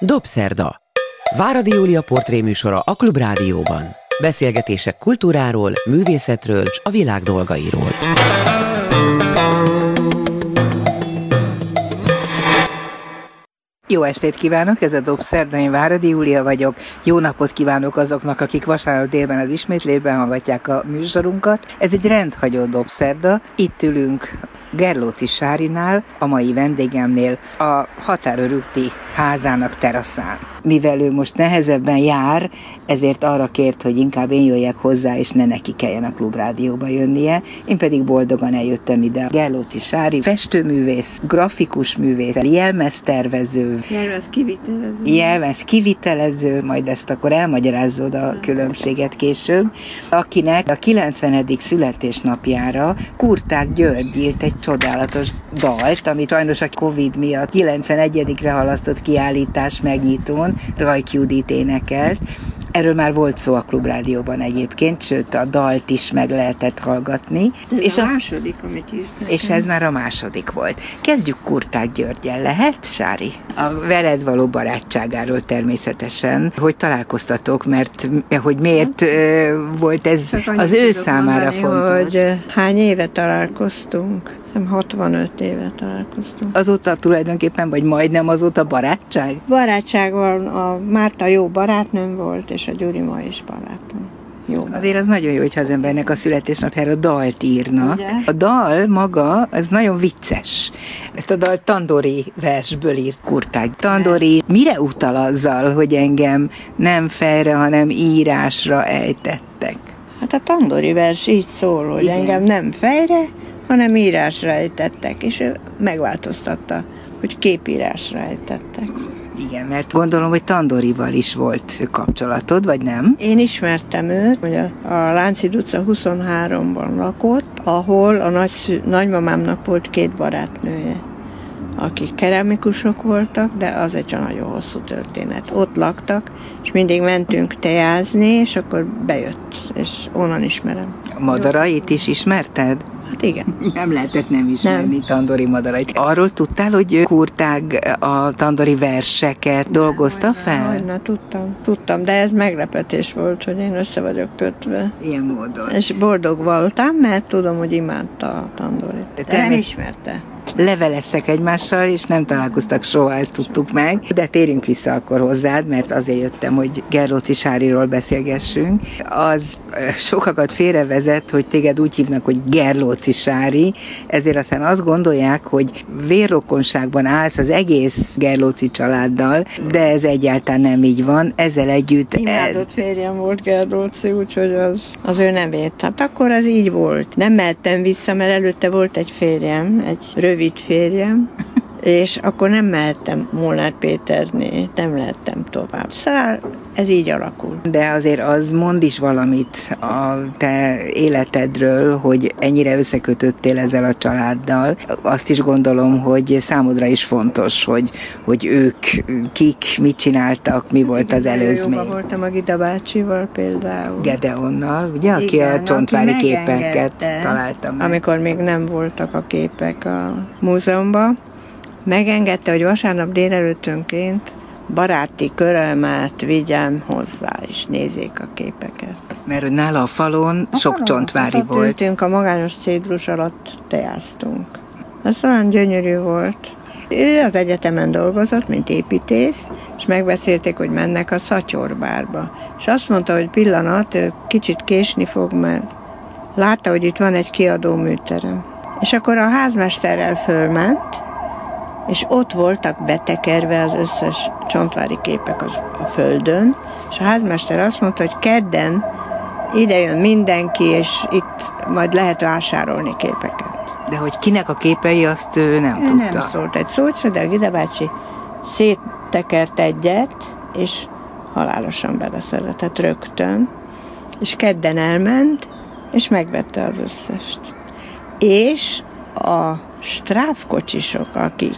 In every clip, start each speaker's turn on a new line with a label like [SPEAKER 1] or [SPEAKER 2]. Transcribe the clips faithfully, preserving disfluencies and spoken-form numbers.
[SPEAKER 1] Dobszerda. Váradi Júlia portréműsora a Klubrádióban. Beszélgetések kultúráról, művészetről és a világ dolgairól.
[SPEAKER 2] Jó estét kívánok, ez a Dobszerda, én Váradi Júlia vagyok. Jó napot kívánok azoknak, akik vasárnap délben az ismétlésben hallgatják a műsorunkat. Ez egy rendhagyó Dobszerda, itt ülünk Gerlóczy Sárinál, a mai vendégemnél, a határőrúti házának teraszán. Mivel ő most nehezebben jár, ezért arra kért, hogy inkább én jöjjek hozzá, és ne neki kelljen a Klubrádióba jönnie. Én pedig boldogan eljöttem ide. Gerlóczy Sári, festőművész, grafikus művész, jelmeztervező,
[SPEAKER 3] jelmez kivitelező.
[SPEAKER 2] jelmez kivitelező, majd ezt akkor elmagyarázod a különbséget később, akinek a kilencvenedik születésnapjára Kurtág György írt egy csodálatos dalt, amit sajnos a Covid miatt kilencvenegyedikre halasztott kiállítás megnyitón Rajk Judit énekelt. Erről már volt szó a Klubrádióban egyébként, sőt a dalt is meg lehetett hallgatni.
[SPEAKER 3] Ez
[SPEAKER 2] és
[SPEAKER 3] a második, amit írtam.
[SPEAKER 2] És ez már a második volt. Kezdjük Kurtág Györggyel, lehet, Sári? A veled való barátságáról természetesen. Hogy találkoztatok, mert hogy miért volt ez az ő számára
[SPEAKER 3] mondani,
[SPEAKER 2] fontos?
[SPEAKER 3] Hogy hány éve találkoztunk? Hiszem hatvanöt éve találkoztunk.
[SPEAKER 2] Azóta tulajdonképpen, vagy majdnem azóta barátság?
[SPEAKER 3] Barátság van, a Márta jó barátnőm volt, és a Gyuri ma is barátom. Jó.
[SPEAKER 2] Azért az nagyon jó, hogyha az embernek a születésnapjára dalt írnak.
[SPEAKER 3] Ugye?
[SPEAKER 2] A dal maga, az nagyon vicces. Ezt a dal Tandori versből írt Kurtág. Tandori mire utal azzal, hogy engem nem fejre, hanem írásra ejtettek?
[SPEAKER 3] Hát a Tandori vers így szól, hogy
[SPEAKER 2] Igen.
[SPEAKER 3] engem nem fejre, hanem írásra ejtettek, és ő megváltoztatta, hogy képírásra ejtettek.
[SPEAKER 2] Igen, mert gondolom, hogy Tandorival is volt kapcsolatod, vagy nem?
[SPEAKER 3] Én ismertem őt, hogy a, a Lánchíd utca huszonháromban lakott, ahol a nagy, nagymamámnak volt két barátnője, akik keramikusok voltak, de az egy nagyon hosszú történet. Ott laktak, és mindig mentünk teázni, és akkor bejött, és onnan ismerem.
[SPEAKER 2] A madarait is ismerted?
[SPEAKER 3] Hát igen.
[SPEAKER 2] Nem lehetett nem ismerni
[SPEAKER 3] Nem.
[SPEAKER 2] Tandori madarait. Arról tudtál, hogy Kurtág a Tandori verseket dolgozta fel?
[SPEAKER 3] Hogyne, tudtam. Tudtam, de ez meglepetés volt, hogy én össze vagyok kötve.
[SPEAKER 2] Ilyen módon.
[SPEAKER 3] És boldog voltam, mert tudom, hogy imádta a Tandorit.
[SPEAKER 2] De
[SPEAKER 3] De nem
[SPEAKER 2] termés-
[SPEAKER 3] ismerte.
[SPEAKER 2] Leveleztek egymással, és nem találkoztak soha, ezt tudtuk meg. De térjünk vissza akkor hozzád, mert azért jöttem, hogy Gerlóczy Sáriról beszélgessünk. Az sokakat félrevezet, hogy téged úgy hívnak, hogy Gerlóczy Sári, ezért aztán azt gondolják, hogy vérrokonságban állsz az egész Gerlóczy családdal, de ez egyáltalán nem így van. Ezzel együtt...
[SPEAKER 3] Imádott férjem volt Gerlóczy, úgyhogy az, az ő nevét. Hát akkor az így volt. Nem mehettem vissza, mert előtte volt egy férjem, egy rövid férjem, és akkor nem mehettem Molnár Péterné, nem lehettem tovább. Szóval ez így alakul.
[SPEAKER 2] De azért az mond is valamit a te életedről, hogy ennyire összekötöttél ezzel a családdal. Azt is gondolom, hogy számodra is fontos, hogy, hogy ők kik, mit csináltak, mi volt az előzmény.
[SPEAKER 3] Jóban voltam a Gida bácsival például.
[SPEAKER 2] Gedeonnal, ugye, aki
[SPEAKER 3] Igen,
[SPEAKER 2] a csontvári
[SPEAKER 3] aki
[SPEAKER 2] képeket
[SPEAKER 3] megengedte,
[SPEAKER 2] találta meg.
[SPEAKER 3] amikor még nem voltak a képek a múzeumban. Megengedte, hogy vasárnap délelőttönként baráti körömet vigyem hozzá, és nézzék a képeket.
[SPEAKER 2] Mert hogy nála a falon a sok
[SPEAKER 3] falon,
[SPEAKER 2] csontvári
[SPEAKER 3] ott
[SPEAKER 2] volt.
[SPEAKER 3] Ültünk, a magányos cédrus alatt teáztunk. Ez olyan gyönyörű volt. Ő az egyetemen dolgozott, mint építész, és megbeszélték, hogy mennek a Szatyorbárba. És azt mondta, hogy pillanat, ő kicsit késni fog, mert látta, hogy itt van egy kiadó műterem. És akkor a házmesterrel fölment, és ott voltak betekerve az összes csontvári képek az, a földön, és a házmester azt mondta, hogy kedden ide jön mindenki, és itt majd lehet vásárolni képeket.
[SPEAKER 2] De hogy kinek a képei, azt ő nem
[SPEAKER 3] ő
[SPEAKER 2] tudta.
[SPEAKER 3] nem szólt egy szót se, de a Gida bácsi széttekert egyet, és halálosan beleszeretett rögtön, és kedden elment, és megvette az összest. És a stráfkocsisok, akik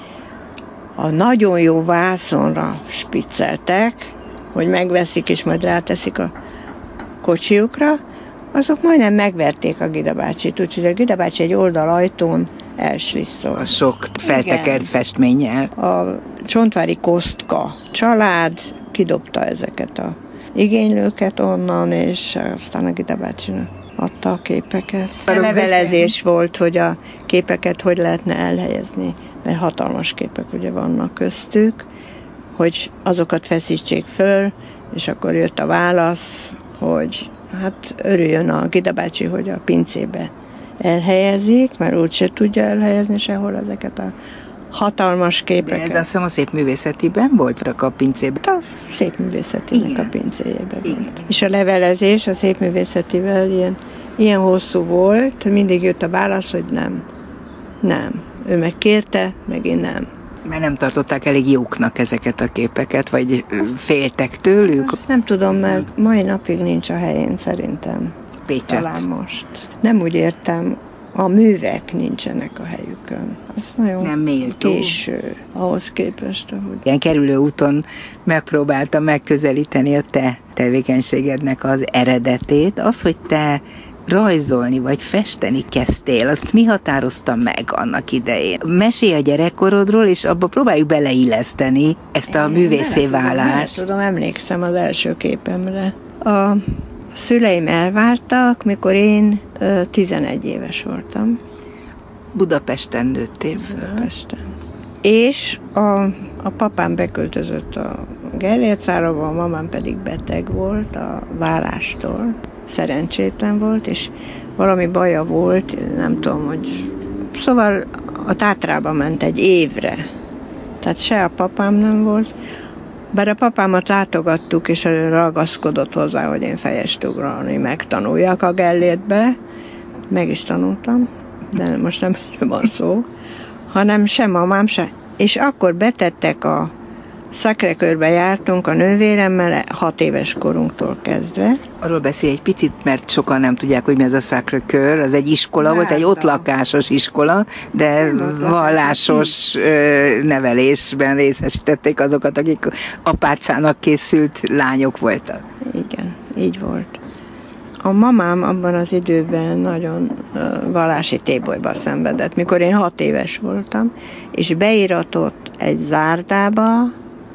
[SPEAKER 3] a nagyon jó vászonra spicceltek, hogy megveszik és majd ráteszik a kocsiukra, azok majdnem megverték a Gida bácsit, úgyhogy a Gida bácsi egy oldalajtón elslisszol.
[SPEAKER 2] A sok feltekert
[SPEAKER 3] Igen.
[SPEAKER 2] festménnyel.
[SPEAKER 3] A Csontvári Kostka család kidobta ezeket a igénylőket onnan, és aztán a Gida bácsinak adta a képeket. A levelezés volt, hogy a képeket hogy lehetne elhelyezni, mert hatalmas képek ugye vannak köztük, hogy azokat feszítsék föl, és akkor jött a válasz, hogy hát örüljön a Gida bácsi, hogy a pincébe elhelyezik, mert úgyse tudja elhelyezni sehol ezeket a hatalmas képeket.
[SPEAKER 2] De ez azt hiszem a Szépművészetiben volt, a pincében?
[SPEAKER 3] A Szépművészetinek a pincéjében volt. És a levelezés a Szépművészetivel ilyen, ilyen hosszú volt, mindig jött a válasz, hogy nem. Nem. Ő meg kérte, meg én nem.
[SPEAKER 2] Mert nem tartották elég jóknak ezeket a képeket, vagy féltek tőlük?
[SPEAKER 3] Azt nem tudom, mert mai napig nincs a helyén szerintem.
[SPEAKER 2] Pécset.
[SPEAKER 3] Talán most. Nem úgy értem, a művek nincsenek a helyükön. Az nagyon
[SPEAKER 2] nem méltó.
[SPEAKER 3] Késő ahhoz képest, ahogy...
[SPEAKER 2] Ilyen kerülő úton megpróbáltam megközelíteni a te tevékenységednek az eredetét. Az, hogy te rajzolni vagy festeni kezdtél, azt mi határozta meg annak idején? Mesélj a gyerekkorodról, és abba próbáljuk beleilleszteni ezt a művészé válást.
[SPEAKER 3] Nem tudom, emlékszem az első képemre. A szüleim elváltak, mikor én ö, tizenegy éves voltam.
[SPEAKER 2] Budapesten nőttél föl.
[SPEAKER 3] Budapesten. És a, a papám beköltözött a Gellércáróba, a mamám pedig beteg volt a válástól. Szerencsétlen volt, és valami baja volt, nem tudom, hogy... Szóval a Tátrába ment egy évre. Tehát se a papám nem volt, bár a papámat látogattuk, és ragaszkodott hozzá, hogy én fejest ugrani megtanuljak a Gellértbe. Meg is tanultam, de most nem erről van szó, hanem sem mamám, se. És akkor betettek a Sacré-Cœurbe jártunk a nővéremmel hat éves korunktól kezdve.
[SPEAKER 2] Arról beszélj egy picit, mert sokan nem tudják, hogy mi ez a Sacré-Cœur. Az egy iskola Látom. volt, egy ott lakásos iskola, de vallásos lakás. nevelésben részesítették azokat, akik apácának készült lányok voltak.
[SPEAKER 3] Igen, így volt. A mamám abban az időben nagyon vallási tébolyba szenvedett, mikor én hat éves voltam, és beíratott egy zárdába,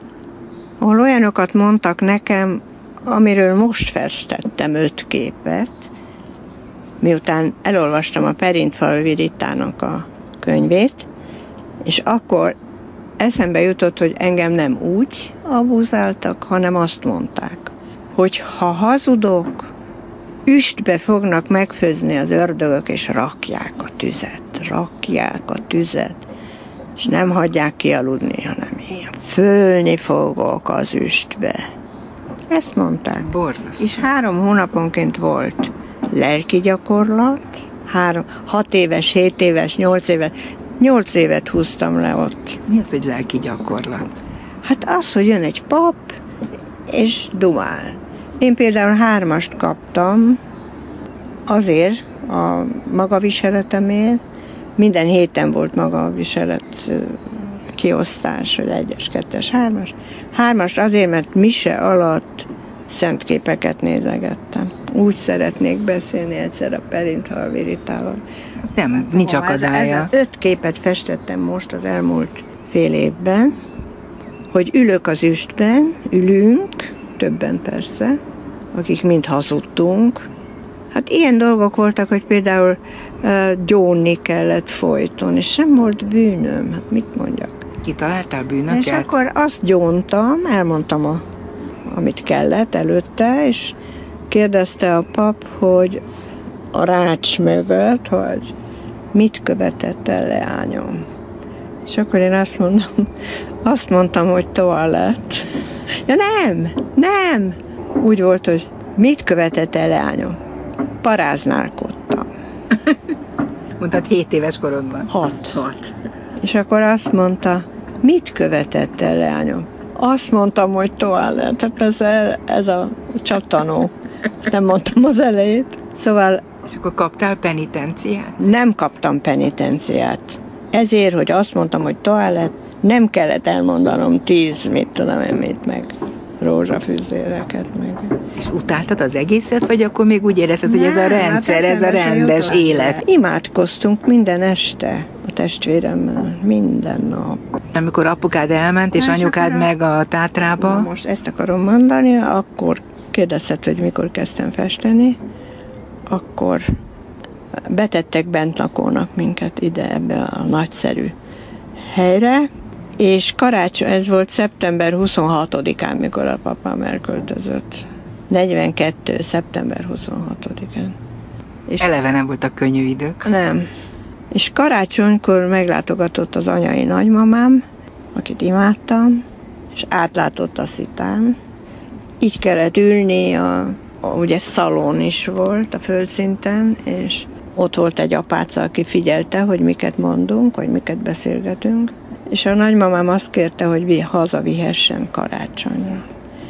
[SPEAKER 3] ahol olyanokat mondtak nekem, amiről most festettem öt képet, miután elolvastam a Perintfalvi Ritának a könyvét, és akkor eszembe jutott, hogy engem nem úgy abuzáltak, hanem azt mondták, hogy ha hazudok, üstbe fognak megfőzni az ördögök, és rakják a tüzet, rakják a tüzet, és nem hagyják kialudni, hanem én fölni fogok az üstbe. Ezt mondták.
[SPEAKER 2] Borzasztó.
[SPEAKER 3] És három hónaponként volt lelki gyakorlat, három, hat éves, hét éves, nyolc éves, nyolc évet húztam le ott.
[SPEAKER 2] Mi az, hogy lelki gyakorlat?
[SPEAKER 3] Hát az, hogy jön egy pap, és dumál. Én például hármast kaptam azért a magaviseletemért, minden héten volt magaviselet kiosztás, hogy egyes, kettes, hármas. Hármast azért, mert mise alatt szentképeket nézegettem. Úgy szeretnék beszélni egyszer a Perintfalvi Ritával.
[SPEAKER 2] Nem, nincs akadálya.
[SPEAKER 3] Ez, ez öt képet festettem most az elmúlt fél évben, hogy ülök az üstben, ülünk, többen persze, akik mind hazudtunk. Hát ilyen dolgok voltak, hogy például uh, gyónni kellett folyton, és sem volt bűnöm, hát mit mondjak.
[SPEAKER 2] Kitaláltál bűnöket?
[SPEAKER 3] És akkor azt gyóntam, elmondtam, a, amit kellett előtte, és kérdezte a pap, hogy a rács mögött, hogy mit követett el leányom. És akkor én azt mondom, azt mondtam, hogy toalett. Ja nem, nem! Úgy volt, hogy mit követett el leányom? Paráználkodtam.
[SPEAKER 2] Mondtad hét éves korodban?
[SPEAKER 3] Hat.
[SPEAKER 2] Hat.
[SPEAKER 3] És akkor azt mondta, mit követett el leányom? Azt mondtam, hogy toalett. Hát persze ez a csattanó. Nem mondtam az elejét. Szóval...
[SPEAKER 2] És akkor kaptál penitenciát?
[SPEAKER 3] Nem kaptam penitenciát. Ezért, hogy azt mondtam, hogy toalett, nem kellett elmondanom tíz, mit tudom én, mit meg rózsafűzéreket meg.
[SPEAKER 2] És utáltad az egészet, vagy akkor még úgy érezted, hogy ez a rendszer,
[SPEAKER 3] hát
[SPEAKER 2] ez a rendes élet?
[SPEAKER 3] Imádkoztunk minden este. A testvéremmel, minden nap.
[SPEAKER 2] Amikor apukád elment, és anyukád a... meg a Tátrába?
[SPEAKER 3] Na most ezt akarom mondani, akkor kérdezted, hogy mikor kezdtem festeni, akkor betettek bentlakónak minket ide ebbe a nagyszerű helyre, és karácsony, ez volt szeptember huszonhatodikán, mikor a papám elköltözött. negyvenkettő. szeptember huszonhatodikán.
[SPEAKER 2] És eleve nem voltak könnyű idők?
[SPEAKER 3] Nem. És karácsonykor meglátogatott az anyai nagymamám, akit imádtam, és átlátott a szitán. Így kellett ülni, a, a, ugye szalon is volt a földszinten, és ott volt egy apáca, aki figyelte, hogy miket mondunk, hogy miket beszélgetünk, és a nagymamám azt kérte, hogy hazavihessen karácsonyra.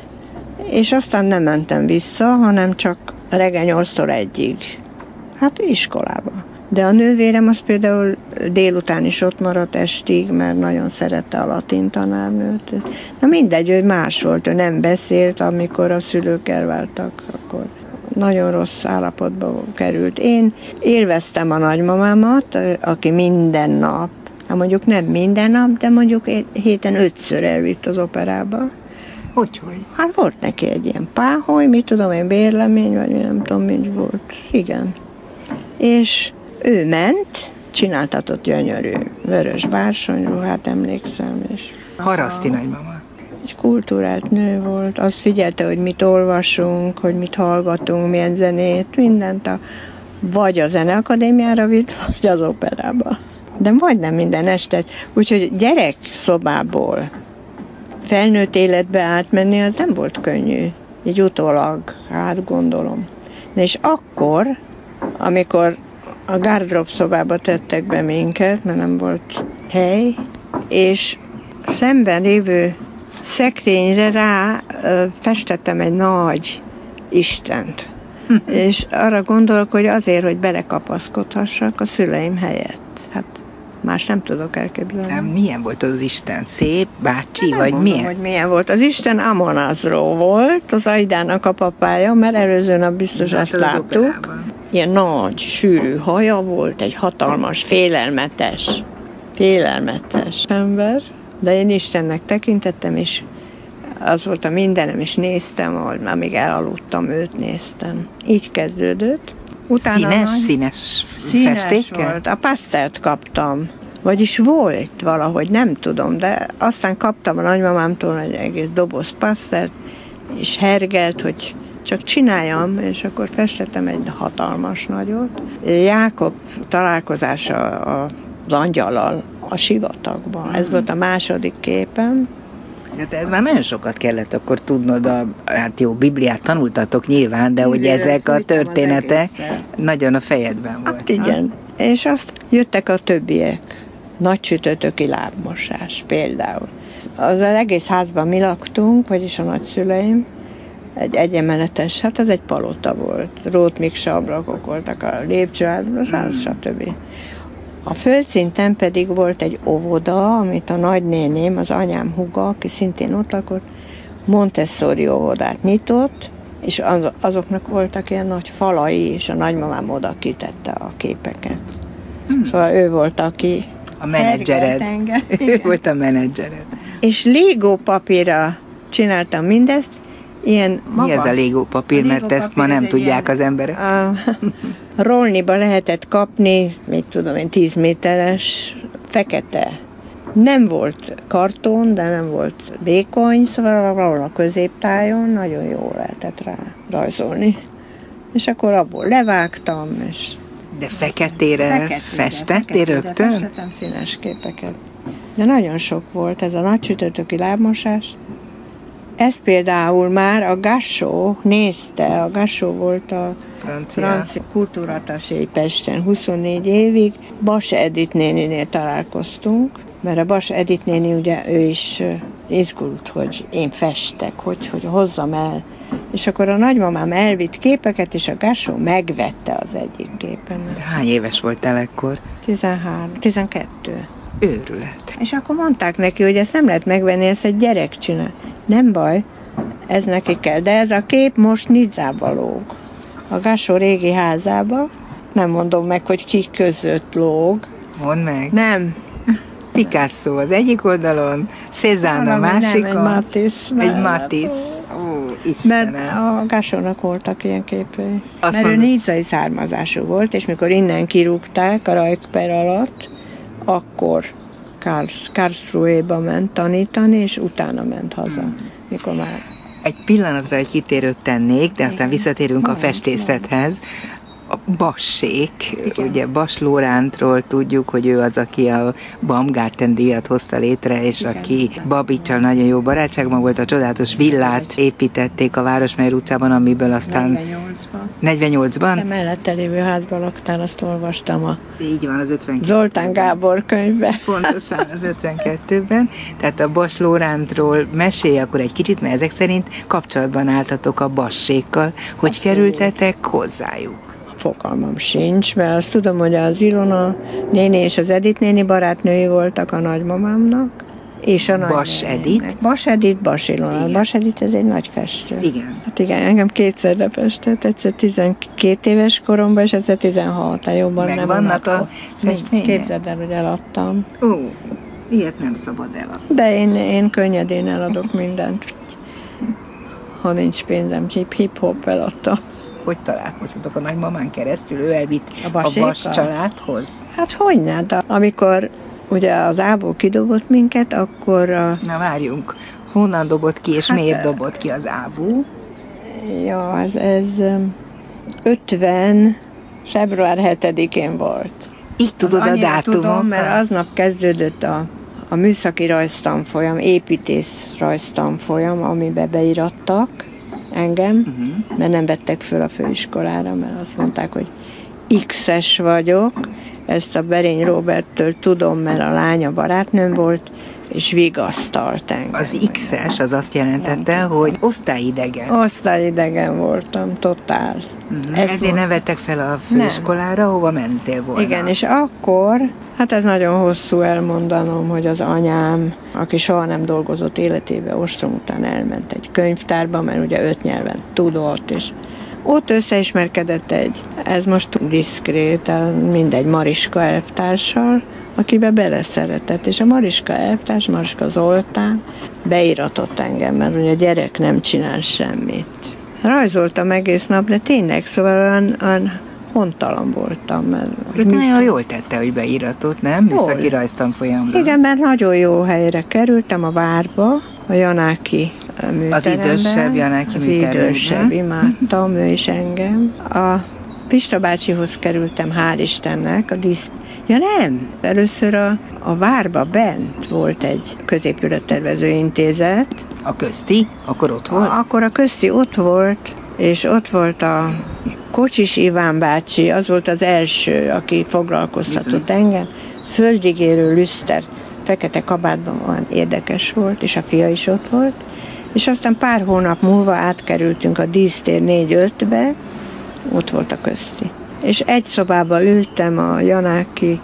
[SPEAKER 3] És aztán nem mentem vissza, hanem csak reggel nyolctól egyig. Hát iskolába. De a nővérem az például délután is ott maradt estig, mert nagyon szerette a latin tanárnőt. Na mindegy, hogy más volt, ő nem beszélt, amikor a szülők elváltak, akkor nagyon rossz állapotba került. Én élveztem a nagymamámat, aki minden nap, hát mondjuk nem minden nap, de mondjuk héten ötször elvitt az operába.
[SPEAKER 2] Hogy, hogy?
[SPEAKER 3] Hát volt neki egy ilyen páholy, mit tudom én, bérlemény, vagy nem tudom, mi volt. Igen. És ő ment, csináltatott gyönyörű vörös bársonyruhát, emlékszem. És
[SPEAKER 2] Haraszti nagymama.
[SPEAKER 3] Egy kultúrált nő volt, azt figyelte, hogy mit olvasunk, hogy mit hallgatunk, milyen zenét, mindent a, vagy a Zeneakadémiára vitt, vagy az operába. De majdnem minden este. Úgyhogy gyerekszobából felnőtt életbe átmenni, az nem volt könnyű. Így utólag, hát gondolom. Na és akkor, amikor a gardrób szobába tettek be minket, mert nem volt hely, és szemben lévő szekrényre rá ö, festettem egy nagy Istent. És arra gondolok, hogy azért, hogy belekapaszkodhassak a szüleim helyett. Hát más nem tudok elképzelni.
[SPEAKER 2] Nem, milyen volt az Isten? Szép, bácsi,
[SPEAKER 3] nem
[SPEAKER 2] vagy
[SPEAKER 3] mondom,
[SPEAKER 2] milyen?
[SPEAKER 3] hogy milyen volt. Az Isten Amonazró volt, az Aidának a papája, mert előző nap biztos
[SPEAKER 2] hát
[SPEAKER 3] azt
[SPEAKER 2] az
[SPEAKER 3] láttuk.
[SPEAKER 2] operában.
[SPEAKER 3] Ilyen nagy, sűrű haja volt, egy hatalmas, félelmetes, félelmetes ember. De én Istennek tekintettem, és az volt a mindenem, és néztem, amíg elaludtam, őt néztem. Így kezdődött. Utána
[SPEAKER 2] Színes,
[SPEAKER 3] nagy,
[SPEAKER 2] színes,
[SPEAKER 3] színes
[SPEAKER 2] festékkel?
[SPEAKER 3] volt. A pasztelt kaptam. Vagyis volt valahogy, nem tudom, de aztán kaptam a nagymamámtól egy egész doboz pasztelt, és hergelt, hogy csak csináljam, és akkor festettem egy hatalmas nagyot. Jákob találkozása az angyallal a sivatagban. Ez volt a második képem.
[SPEAKER 2] Hát ez már nagyon sokat kellett akkor tudnod, a, hát jó, Bibliát tanultatok nyilván, de hogy ezek a történetek nagyon a fejedben voltak.
[SPEAKER 3] Hát igen. És azt jöttek a többiek. Nagy csütörtöki lábmosás például. Az egész házban mi laktunk, vagyis a nagyszüleim, egy egyemeletes, hát ez egy palota volt. Rót miksa ablakok voltak a lépcsőházban, hmm. stb. A földszinten pedig volt egy óvoda, amit a nagynéném, az anyám húga, aki szintén ott lakott, Montessori óvodát nyitott, és azoknak voltak ilyen nagy falai, és a nagymamám oda kitette a képeket. Hmm. Szóval ő volt, aki
[SPEAKER 2] a menedzsered. Ő volt a menedzsered.
[SPEAKER 3] És Lego papírra csináltam mindezt, ilyen magas.
[SPEAKER 2] Mi ez a Lego papír, mert ezt ma nem tudják ilyen, az emberek. A
[SPEAKER 3] Rolniba lehetett kapni, mit tudom én, tíz méteres, fekete. Nem volt karton, de nem volt vékony, szóval valahol a középtájon nagyon jól lehetett rá rajzolni. És akkor abból levágtam, és
[SPEAKER 2] de feketére feketére festettél rögtön?
[SPEAKER 3] Festettem színes képeket. De nagyon sok volt ez a nagy csütörtöki lábmosás. Ez például már a Gassó nézte, a Gassó volt a francia, francia kultúratasé Pesten huszonnégy évig. Bas Edith néninél találkoztunk, mert a Bas Edith néni ugye ő is izgult, hogy én festek, hogy, hogy hozzam el. És akkor a nagymamám elvitt képeket, és a Gassó megvette az egyik képemet.
[SPEAKER 2] Hány éves voltál ekkor?
[SPEAKER 3] tizenhárom, tizenkettő.
[SPEAKER 2] Őrület.
[SPEAKER 3] És akkor mondták neki, hogy ezt nem lehet megvenni, ezt egy gyerek csinál. Nem baj, ez neki kell. De ez a kép most Nidzába lóg. A Gassó régi házába. Nem mondom meg, hogy ki között lóg.
[SPEAKER 2] Mondd meg.
[SPEAKER 3] Nem.
[SPEAKER 2] Picasso az egyik oldalon, Cézanne a másikon.
[SPEAKER 3] Nem, egy Matisse.
[SPEAKER 2] Egy Matisse. Ó, Istenem.
[SPEAKER 3] Mert a Gassónak voltak ilyen képei.
[SPEAKER 2] Azt
[SPEAKER 3] Mert
[SPEAKER 2] mondod...
[SPEAKER 3] ő nízai származású volt, és mikor innen kirúgták a rajkper alatt, akkor Karlsruhe-ba ment tanítani, és utána ment haza. Hmm. Mikor már...
[SPEAKER 2] Egy pillanatra egy kitérőt tennék, de aztán visszatérünk a festészethez. A Bassék, igen. Ugye Bas Lórántról tudjuk, hogy ő az, aki a Baumgarten díjat hozta létre, és igen, aki Babicsal nagyon jó barátságban volt, a csodálatos villát építették a Városmajor utcában, amiből aztán...
[SPEAKER 3] negyvennyolcban.
[SPEAKER 2] negyvennyolcban?
[SPEAKER 3] A mellette lévő házban laktál, azt olvastam a...
[SPEAKER 2] Így van, az ötvenkettőben.
[SPEAKER 3] Zoltán Gábor könyvben.
[SPEAKER 2] Pontosan az ötvenkettőben. Tehát a Bas Lórántról mesélj akkor egy kicsit, mert ezek szerint kapcsolatban álltatok a Bassékkal. Hogy abszolút kerültetek hozzájuk?
[SPEAKER 3] Fogalmam sincs, mert azt tudom, hogy az Ilona néni és az Edith néni barátnői voltak a nagymamámnak, és a
[SPEAKER 2] Bas Edith.
[SPEAKER 3] Bas Edith, Bas Ilona. Bas Edith, ez egy nagy festő.
[SPEAKER 2] Igen.
[SPEAKER 3] Hát igen, engem kétszerre festett, egyszer tizenkét éves koromban, és egyszer tizenhat, jobban
[SPEAKER 2] meg
[SPEAKER 3] nem
[SPEAKER 2] vannak a festmények?
[SPEAKER 3] Képzeld el, hogy eladtam.
[SPEAKER 2] Ó, ilyet nem szabad eladni.
[SPEAKER 3] De én, én könnyedén eladok mindent. Ha nincs pénzem, hip-hop eladtam.
[SPEAKER 2] Hogy találkoztatok a nagymamán keresztül? Ő elvitt a, a Bas családhoz?
[SPEAKER 3] Hát hogyne, de amikor ugye az Ávó kidobott minket, akkor... A...
[SPEAKER 2] Na várjunk, honnan dobott ki, és hát, miért dobott ki az Ávó?
[SPEAKER 3] Ja, ez, ez ötven február hetedikén volt.
[SPEAKER 2] Így tudod a dátumot?
[SPEAKER 3] Tudom, mert aznap kezdődött a, a műszaki rajztanfolyam, építész rajztanfolyam, amiben beirattak engem, uh-huh. mert nem vettek föl a főiskolára, mert azt mondták, hogy X-es vagyok. Ezt a Berény Róberttől tudom, mert a lánya barátnőm volt, és vigasztalt engem.
[SPEAKER 2] Az X-es az azt jelentette, nem, hogy osztályidegen.
[SPEAKER 3] Osztályidegen voltam, totál.
[SPEAKER 2] Uh-huh. Ezért volt. Nem vettek fel a főiskolára, hova mentél volna?
[SPEAKER 3] Igen, és akkor, hát ez nagyon hosszú elmondanom, hogy az anyám, aki soha nem dolgozott életében, ostrom után elment egy könyvtárba, mert ugye öt nyelven tudott, és ott összeismerkedett egy, ez most diszkrét, mindegy, Mariska elvtársal, akibe beleszeretett, és a Mariska elvtárs, Mariska Zoltán beiratott engem, mert ugye a gyerek nem csinál semmit. Rajzoltam egész nap, de tényleg, szóval olyan, olyan hontalan voltam. Mert
[SPEAKER 2] mit... Nagyon jól tette, hogy beíratott, nem? Műszaki rajztanfolyamra.
[SPEAKER 3] Igen, mert nagyon jó helyre kerültem, a Várba, a Janáki műteremben.
[SPEAKER 2] Az idősebb Janáki műteremben.
[SPEAKER 3] Az idősebb, imádtam, ő is engem. A Pista bácsihoz kerültem, hál' Istennek, a dísz... Ja nem, először a, a Várba bent volt egy középülettervező intézet.
[SPEAKER 2] A közti? Akkor ott volt?
[SPEAKER 3] A, akkor a közti ott volt, és ott volt a Kocsis Iván bácsi, az volt az első, aki foglalkoztatott engem. Földigérő lüszter, fekete kabátban, olyan érdekes volt, és a fia is ott volt. És aztán pár hónap múlva átkerültünk a Dísztér négy ötbe, ott volt a közti. És egy szobába ültem, a Janáki,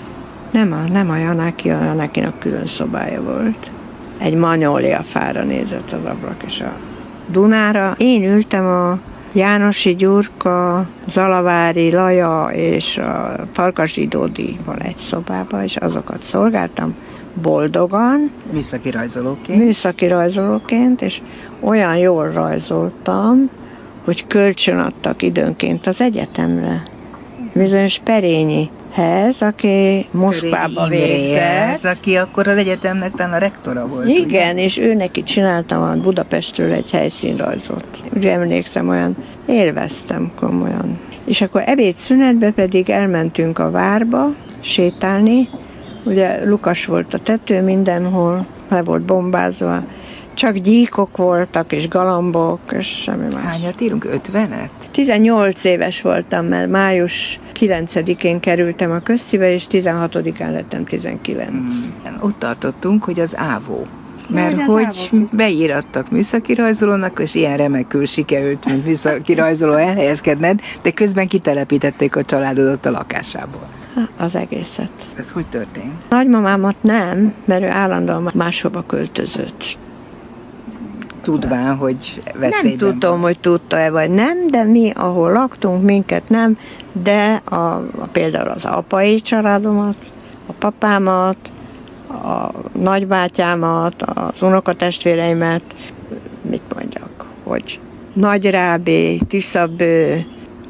[SPEAKER 3] nem a, nem a Janáki, a Janákinak külön szobája volt. Egy Magnolia fára nézett az ablak, és a Dunára. Én ültem a Jánosi Gyurka, Zalavári Laja és a Farkasdi Dódival egy szobába, és azokat szolgáltam boldogan.
[SPEAKER 2] Műszaki rajzolóként.
[SPEAKER 3] Műszaki rajzolóként, és olyan jól rajzoltam, hogy kölcsön adtak időnként az egyetemre. Bizonyos Perényihez, aki Moszkvába végzett.
[SPEAKER 2] Aki akkor az egyetemnek talán a rektora volt.
[SPEAKER 3] Igen,
[SPEAKER 2] ugye?
[SPEAKER 3] És ő neki csináltam a Budapestről egy helyszínrajzot. Ugye emlékszem, olyan élveztem komolyan. És akkor ebédszünetben pedig elmentünk a Várba sétálni. Ugye lukas volt a tető mindenhol, le volt bombázva. Csak gyíkok voltak, és galambok, és semmi más.
[SPEAKER 2] Hányat írunk? ötvenet?
[SPEAKER 3] tizennyolc éves voltam, mert május kilencedikén kerültem a köztibe, és tizenhatodikán lettem tizenkilenc.
[SPEAKER 2] Hmm. Ott tartottunk, hogy az Ávó. Mert ja, hogy ávó. Beírattak műszaki rajzolónak, és ilyen remekül sikerült, mint műszaki rajzoló elhelyezkedned, de közben kitelepítették a családodat a lakásából.
[SPEAKER 3] Az egészet.
[SPEAKER 2] Ez hogy történt?
[SPEAKER 3] Nagymamámat nem, mert ő állandóan máshova költözött.
[SPEAKER 2] Tudván, hogy veszélyben
[SPEAKER 3] Nem tudom, van. Hogy tudta-e vagy nem, de mi, ahol laktunk, minket nem, de a, a, például az apai családomat, a papámat, a nagybátyámat, az unokatestvéreimet, mit mondjak, hogy Nagyrábé, Tiszabő,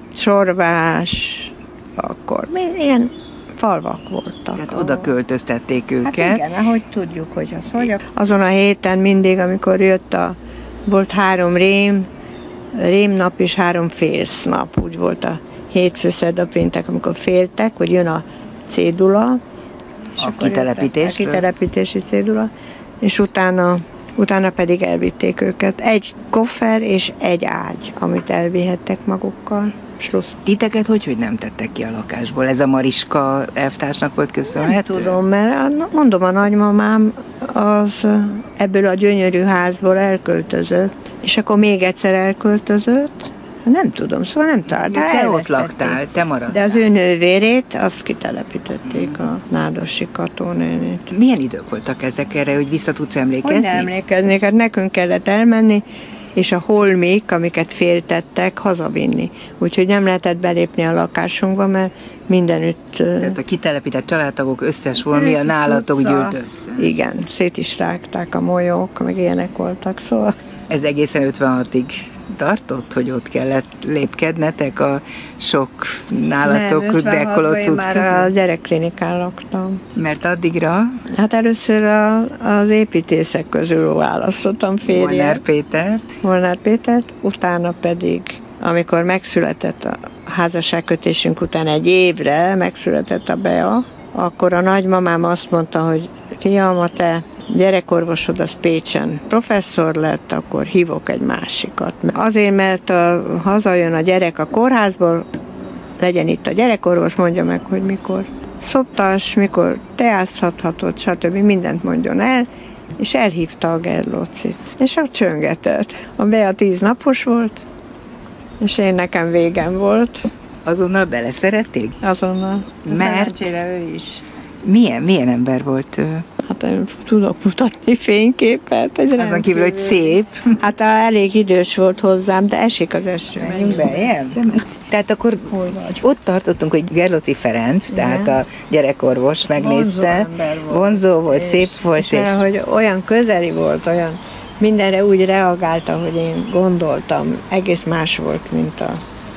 [SPEAKER 3] Sorvás, akkor ilyen falvak voltak.
[SPEAKER 2] Tehát oda költöztették őket.
[SPEAKER 3] Hát igen, ahogy tudjuk, hogy az hogy. Azon a héten mindig, amikor jött a, volt három rém, rémnap és három félsznap, úgy volt a hétfő, szerda, péntek, amikor féltek, hogy jön a cédula,
[SPEAKER 2] A kitelepítés.
[SPEAKER 3] A kitelepítési cédula, és utána, utána pedig elvitték őket. Egy koffer és egy ágy, amit elvihettek magukkal. Slusz.
[SPEAKER 2] Titeket hogy, hogy nem tettek ki a lakásból? Ez a Mariska elvtársnak volt köszönhető?
[SPEAKER 3] Nem tudom, mert mondom, a nagymamám az ebből a gyönyörű házból elköltözött, és akkor még egyszer elköltözött. Nem tudom, szóval nem találták.
[SPEAKER 2] Te ott laktál, te maradtál.
[SPEAKER 3] De az ő nővérét, azt kitelepítették, a Nádosi Katónénit.
[SPEAKER 2] Milyen idők voltak ezek erre, hogy vissza tudsz emlékezni?
[SPEAKER 3] Hogy emlékeznék, hát nekünk kellett elmenni, és a holmik, amiket féltettek, hazavinni. Úgyhogy nem lehetett belépni a lakásunkba, mert mindenütt...
[SPEAKER 2] Tehát a kitelepített családtagok összes holmi a nálatok gyűlt össze.
[SPEAKER 3] Igen, szét is rágták a molyók, meg ilyenek voltak, szóval...
[SPEAKER 2] Ez egészen ötvenhatig tartott, hogy ott kellett lépkednetek a sok nálatok dekolott cucc
[SPEAKER 3] már a gyerekklinikán laktam.
[SPEAKER 2] Mert addigra?
[SPEAKER 3] Hát először a, az építészek közül választottam férjet.
[SPEAKER 2] Molnár Pétert.
[SPEAKER 3] Molnár Pétert, utána pedig, amikor megszületett a házasságkötésünk után egy évre, megszületett a Bea, akkor a nagymamám azt mondta, hogy fiam, a te gyerekorvosod az Pécsen professzor lett, akkor hívok egy másikat. Azért, mert a, hazajön a gyerek a kórházból, legyen itt a gyerekorvos, mondja meg, hogy mikor szoptas, mikor teázhathatod, stb. Mindent mondjon el, és elhívta a Gerlócit. És a csöngetett. A Bea tíz napos volt, és én nekem végem volt.
[SPEAKER 2] Azonnal beleszerették?
[SPEAKER 3] Azonnal.
[SPEAKER 2] Mert?
[SPEAKER 3] Ő is.
[SPEAKER 2] Milyen, milyen ember volt ő?
[SPEAKER 3] Hát én tudok mutatni fényképet. Egy
[SPEAKER 2] azon kívül, hogy szép.
[SPEAKER 3] Hát elég idős volt hozzám, de esik az eső.
[SPEAKER 2] Menjünk beljebb. Tehát akkor ott tartottunk, hogy Gerlóci Ferenc, igen, tehát a gyerekorvos megnézte. Vonzó, vonzó volt, és, szép volt.
[SPEAKER 3] És, és... hogy olyan közeli volt, olyan mindenre úgy reagálta, hogy én gondoltam. Egész más volt, mint a,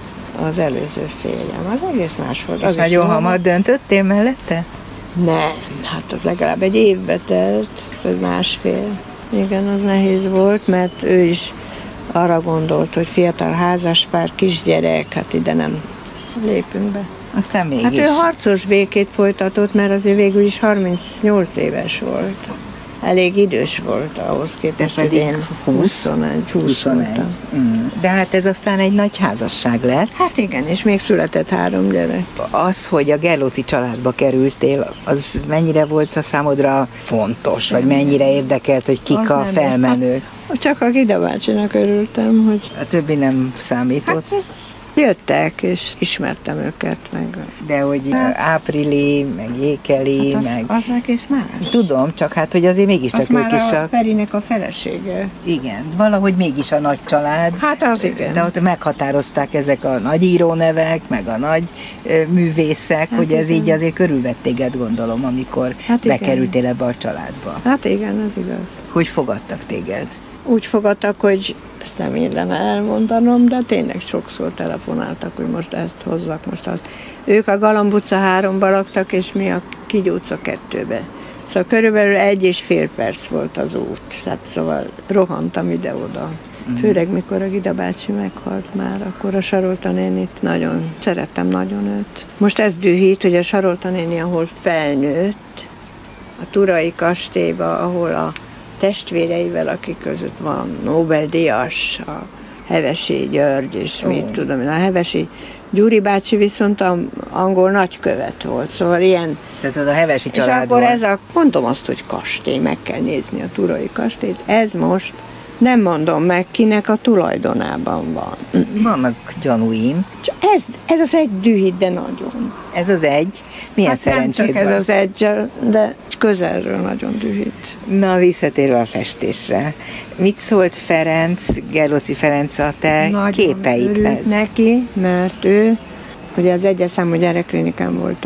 [SPEAKER 3] az előző férjem. Az egész más volt.
[SPEAKER 2] És
[SPEAKER 3] az
[SPEAKER 2] nagyon hamar döntöttél mellette?
[SPEAKER 3] Nem, hát az legalább egy évbe telt, vagy másfél. Igen, az nehéz volt, mert ő is arra gondolt, hogy fiatal házaspár, kisgyerek, hát ide nem lépünk be.
[SPEAKER 2] Aztán mégis.
[SPEAKER 3] Hát ő harcos békét folytatott, mert azért végül is harmincnyolc éves volt. Elég idős volt ahhoz képest, hogy én huszonegy, húsz voltam.
[SPEAKER 2] Mm. De hát ez aztán egy nagy házasság lett.
[SPEAKER 3] Hát igen, és még született három gyerek.
[SPEAKER 2] Az, hogy a Gerlóci családba kerültél, az mennyire volt a számodra fontos, vagy mennyire érdekelt, hogy kik az a felmenők?
[SPEAKER 3] Hát, csak a Gida bácsinak örültem, hogy...
[SPEAKER 2] A többi nem számított?
[SPEAKER 3] Hát, jöttek, és ismertem őket meg.
[SPEAKER 2] De hogy hát, Áprili, meg Jékeli,
[SPEAKER 3] hát az,
[SPEAKER 2] meg...
[SPEAKER 3] az egész más.
[SPEAKER 2] Tudom, csak hát, hogy azért mégiscsak ők is a...
[SPEAKER 3] a Ferinek a felesége.
[SPEAKER 2] Igen, valahogy mégis a nagy család.
[SPEAKER 3] Hát az igen.
[SPEAKER 2] De ott meghatározták ezek a nagy írónevek, meg a nagy ö, művészek, hát hogy igen, ez így azért körülvett téged, gondolom, amikor hát bekerültél ebbe a családba.
[SPEAKER 3] Hát igen, ez igaz.
[SPEAKER 2] Hogy fogadtak téged?
[SPEAKER 3] Úgy fogadtak, hogy ezt nem illene elmondanom, de tényleg sokszor telefonáltak, hogy most ezt hozzak, most azt. Ők a Galamb utca háromba laktak, és mi a Kigy utca kettőbe. Szóval körülbelül egy és fél perc volt az út. Tehát szóval rohantam ide-oda. Mm. Főleg mikor a Gida bácsi meghalt már, akkor a Sarolta nénit nagyon, szerettem nagyon őt. Most ez dühít, hogy a Sarolta néni, ahol felnőtt, a Turai kastélyba, ahol a testvéreivel, akik között van Nobel-díjas, a Hevesi György, és oh. mit tudom én, a Hevesi Gyuri bácsi viszont a angol nagykövet volt, szóval ilyen...
[SPEAKER 2] Tehát az a Hevesi család
[SPEAKER 3] és akkor
[SPEAKER 2] volt.
[SPEAKER 3] Ez a, mondom azt, hogy kastély, meg kell nézni a Turai kastélyt, ez most nem mondom meg, kinek a tulajdonában van.
[SPEAKER 2] Vannak gyanúim.
[SPEAKER 3] Csak ez, ez az egy dühít, de nagyon.
[SPEAKER 2] Ez az egy? Milyen
[SPEAKER 3] hát
[SPEAKER 2] szerencséd
[SPEAKER 3] nem csak ez az egy, de közelről nagyon dühít.
[SPEAKER 2] Na, visszatérve a festésre. Mit szólt Ferenc, Gerlóci Ferenc a te nagyon képeidhez?
[SPEAKER 3] Neki, mert ő, ugye az egyes számú gyerekklinikán volt a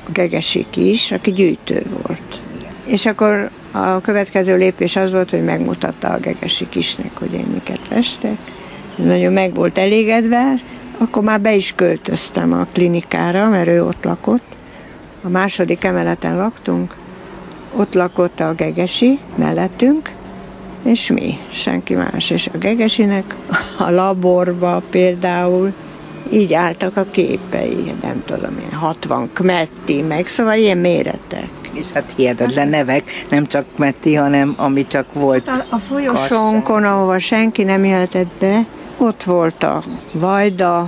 [SPEAKER 3] Gegesi Kis, aki gyűjtő volt. És akkor a következő lépés az volt, hogy megmutatta a Gegesi Kisnek, hogy én miket festek. Nagyon meg volt elégedve, akkor már be is költöztem a klinikára, mert ő ott lakott. A második emeleten laktunk, ott lakott a Gegesi mellettünk, és mi, senki más. És a Gegesinek a laborba például így álltak a képei, nem tudom én, hatvan Kmetti, meg szóval ilyen méretek.
[SPEAKER 2] És hát hihetetlen nevek, nem csak Kmetti, hanem ami csak volt.
[SPEAKER 3] A, a folyosónkon, ahova senki nem jöhetett be, ott volt a Vajda,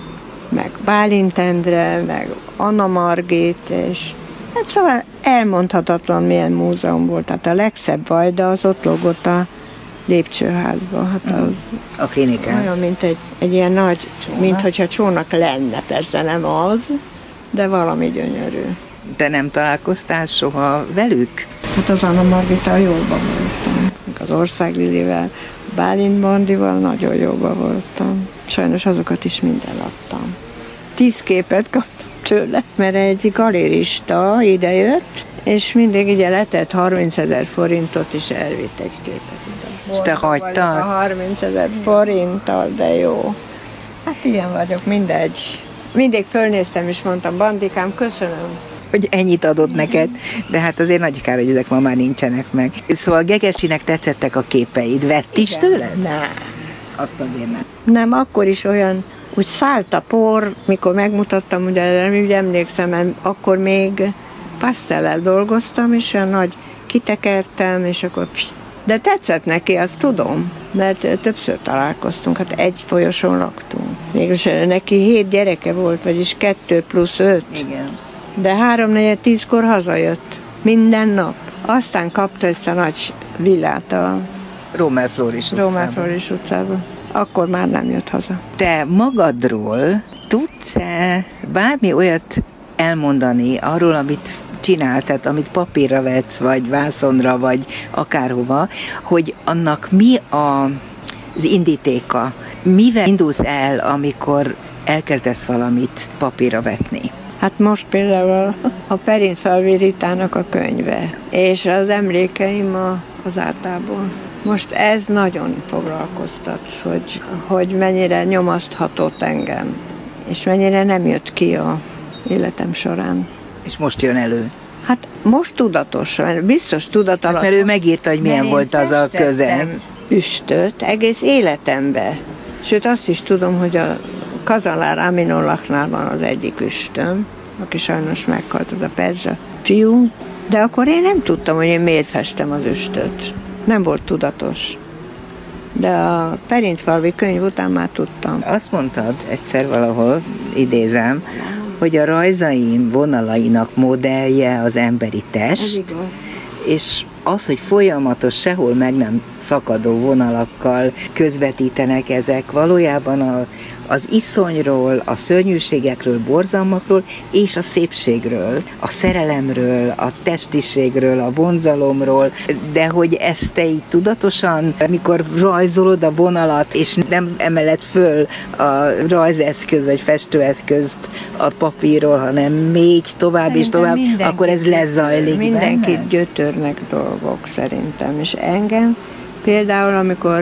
[SPEAKER 3] meg Bálint Endre, meg Anna Margit, és hát szóval elmondhatatlan milyen múzeum volt. Tehát a legszebb Vajda az ott lógott a lépcsőházban. Hát az
[SPEAKER 2] a klinikán.
[SPEAKER 3] olyan, mint egy, egy ilyen nagy, csónak. Mint hogyha csónak lenne, persze nem az, de valami gyönyörű.
[SPEAKER 2] De nem találkoztál soha velük?
[SPEAKER 3] Hát az Anna Margittal jóban voltam. Az Országlilivel, Bálint Bandival nagyon jóban voltam. Sajnos azokat is minden adtam. Tíz képet kaptam tőle, mert egy galérista idejött, és mindig így letett harmincezer forintot, és elvitt egy képet.
[SPEAKER 2] És te hagytál?
[SPEAKER 3] harmincezer forinttal, de jó. Hát ilyen vagyok, mindegy. Mindig fölnéztem, és mondtam, Bandikám, köszönöm,
[SPEAKER 2] hogy ennyit adott neked, de hát azért nagy kár, hogy ezek ma már nincsenek meg. Szóval Gegesinek tetszettek a képeid, vett is tőled?
[SPEAKER 3] Nem.
[SPEAKER 2] Azt azért nem.
[SPEAKER 3] Nem, akkor is olyan, úgy szállt a por, mikor megmutattam, ugye nem úgy emlékszem, mert akkor még pasztellel dolgoztam, és olyan nagy kitekertem, és akkor... De tetszett neki, azt tudom, mert többször találkoztunk, hát egy folyosón laktunk. Mégis neki hét gyereke volt, vagyis kettő plusz öt.
[SPEAKER 2] Igen.
[SPEAKER 3] De háromnegyed tízkor hazajött, minden nap. Aztán kapta ezt a nagy villát a
[SPEAKER 2] Rómer Flóris utcában.
[SPEAKER 3] Rómer Flóris utcában. Akkor már nem jött haza.
[SPEAKER 2] Te magadról tudsz-e bármi olyat elmondani arról, amit csinálsz, tehát amit papírra vetsz, vagy vászonra, vagy akárhova, hogy annak mi a, az indítéka? Mivel indulsz el, amikor elkezdesz valamit papírra vetni?
[SPEAKER 3] Hát most például a Perintfalvi Ritának a könyve, és az emlékeim a, az átából. Most ez nagyon foglalkoztat, hogy, hogy mennyire nyomaszthatott engem, és mennyire nem jött ki a életem során.
[SPEAKER 2] És most jön elő?
[SPEAKER 3] Hát most tudatos, biztos tudat alatt.
[SPEAKER 2] Hát, mert ő megírta, hogy milyen volt az a közeg.
[SPEAKER 3] Üstöt egész életembe. Sőt, azt is tudom, hogy a Kazalár Aminullachnál van az egyik üstöm, aki sajnos meghalt, az a perzsa fiú, de akkor én nem tudtam, hogy én miért festem az üstöt. Nem volt tudatos. De a Perintfalvi könyv után már tudtam.
[SPEAKER 2] Azt mondtad egyszer valahol, idézem, hogy a rajzaim vonalainak modellje az emberi test, és az, hogy folyamatos, sehol meg nem szakadó vonalakkal közvetítenek ezek, valójában a, az iszonyról, a szörnyűségekről, borzalmakról és a szépségről, a szerelemről, a testiségről, a vonzalomról, de hogy ezt te így tudatosan, mikor rajzolod a vonalat, és nem emeled föl a rajzeszköz vagy festőeszközt a papírról, hanem még tovább szerintem és tovább, akkor ez lezajlik.
[SPEAKER 3] Mindenkit
[SPEAKER 2] benne?
[SPEAKER 3] gyötörnek dolgok szerintem, és engem például, amikor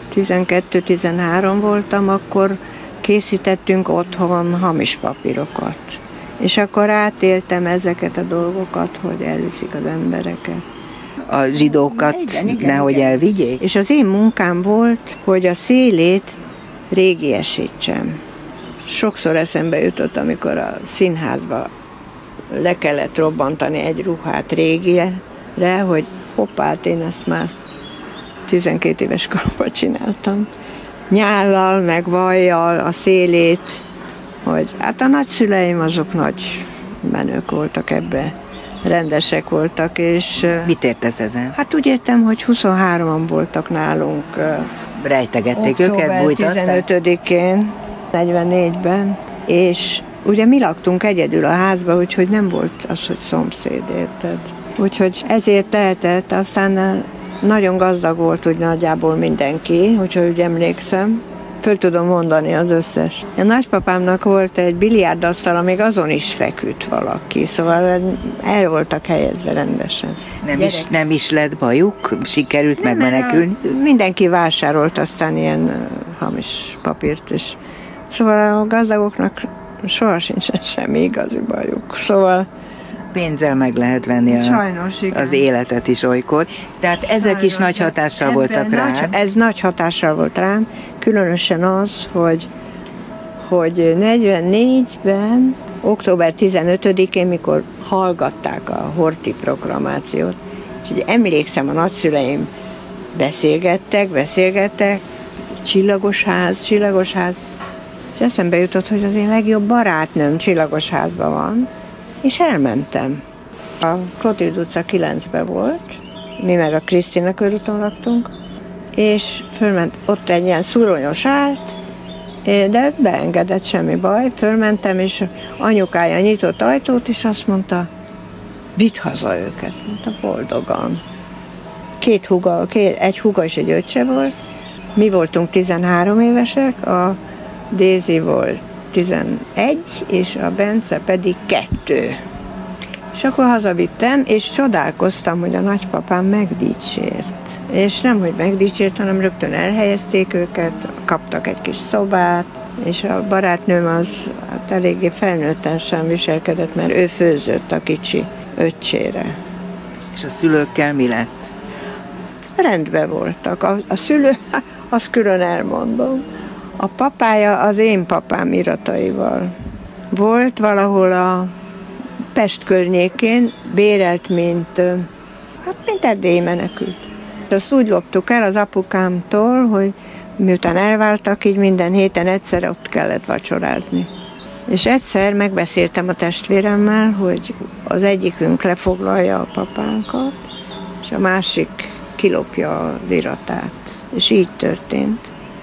[SPEAKER 3] tizenkettő-tizenhárom voltam, akkor készítettünk otthon hamis papírokat. És akkor átéltem ezeket a dolgokat, hogy elviszik az embereket.
[SPEAKER 2] A zsidókat igen, igen, nehogy igen. elvigyék?
[SPEAKER 3] És az én munkám volt, hogy a szélét régiesítsem. Sokszor eszembe jutott, amikor a színházba le kellett robbantani egy ruhát régire, hogy hoppát, én ezt már tizenkét éves koromban csináltam. Nyállal, meg vajjal a szélét, hogy hát a nagyszüleim azok nagy menők voltak ebbe, rendesek voltak, és...
[SPEAKER 2] Mit értesz ezen?
[SPEAKER 3] Hát úgy értem, hogy huszonhárman voltak nálunk.
[SPEAKER 2] Rejtegették őket, bújtatták?
[SPEAKER 3] tizenötödikén, negyvennégyben, és ugye mi laktunk egyedül a házba, úgyhogy nem volt az, hogy szomszéd, érted? Úgyhogy ezért lehetett, aztán nagyon gazdag volt úgy nagyjából mindenki, úgyhogy úgy emlékszem, föl tudom mondani az összes. A nagypapámnak volt egy biliárdasztala, még azon is feküdt valaki, szóval el voltak helyezve rendesen.
[SPEAKER 2] Nem is, nem is lett bajuk? Sikerült nem, megmenekülni?
[SPEAKER 3] Mindenki vásárolt aztán ilyen hamis papírt is. Szóval a gazdagoknak soha sincsen semmi igazi bajuk. Szóval
[SPEAKER 2] pénzzel meg lehet venni a,
[SPEAKER 3] sajnos,
[SPEAKER 2] az életet is olykor. Tehát ezek sajnos, is nagy hatással voltak rá.
[SPEAKER 3] Nagy, ez nagy hatással volt rám, különösen az, hogy, hogy negyvennégyben, október tizenötödikén, mikor hallgatták a Horthy proklamációt, úgyhogy emlékszem, a nagyszüleim beszélgettek, beszélgettek, csillagos ház, csillagos ház, és eszembe jutott, hogy az én legjobb barátnőm csillagos házban van, és elmentem. A Klotild utca kilencben volt, mi meg a Krisztina körúton laktunk, és fölment, ott egy ilyen szuronyos állt, de beengedett, semmi baj, fölmentem, és anyukája nyitott ajtót, és azt mondta, vidd haza őket, mondta, boldogan. Két húga, két, egy húga és egy öccse volt, mi voltunk tizenhárom évesek, a Dézi volt tizenegy, és a Bence pedig kettő. És akkor hazavittem, és csodálkoztam, hogy a nagypapám megdicsért. És nem, hogy megdicsért, hanem rögtön elhelyezték őket, kaptak egy kis szobát, és a barátnőm az hát eléggé felnőtten sem viselkedett, mert ő főzött a kicsi öccsére.
[SPEAKER 2] És a szülőkkel mi lett?
[SPEAKER 3] Rendben voltak. A, a szülő, azt külön elmondom. A papája az én papám irataival volt valahol a Pest környékén, bérelt, mint, hát mint erdélyi menekült. Azt úgy loptuk el az apukámtól, hogy miután elváltak, így minden héten egyszer ott kellett vacsorázni. És egyszer megbeszéltem a testvéremmel, hogy az egyikünk lefoglalja a papánkat, és a másik kilopja az iratát. És így történt,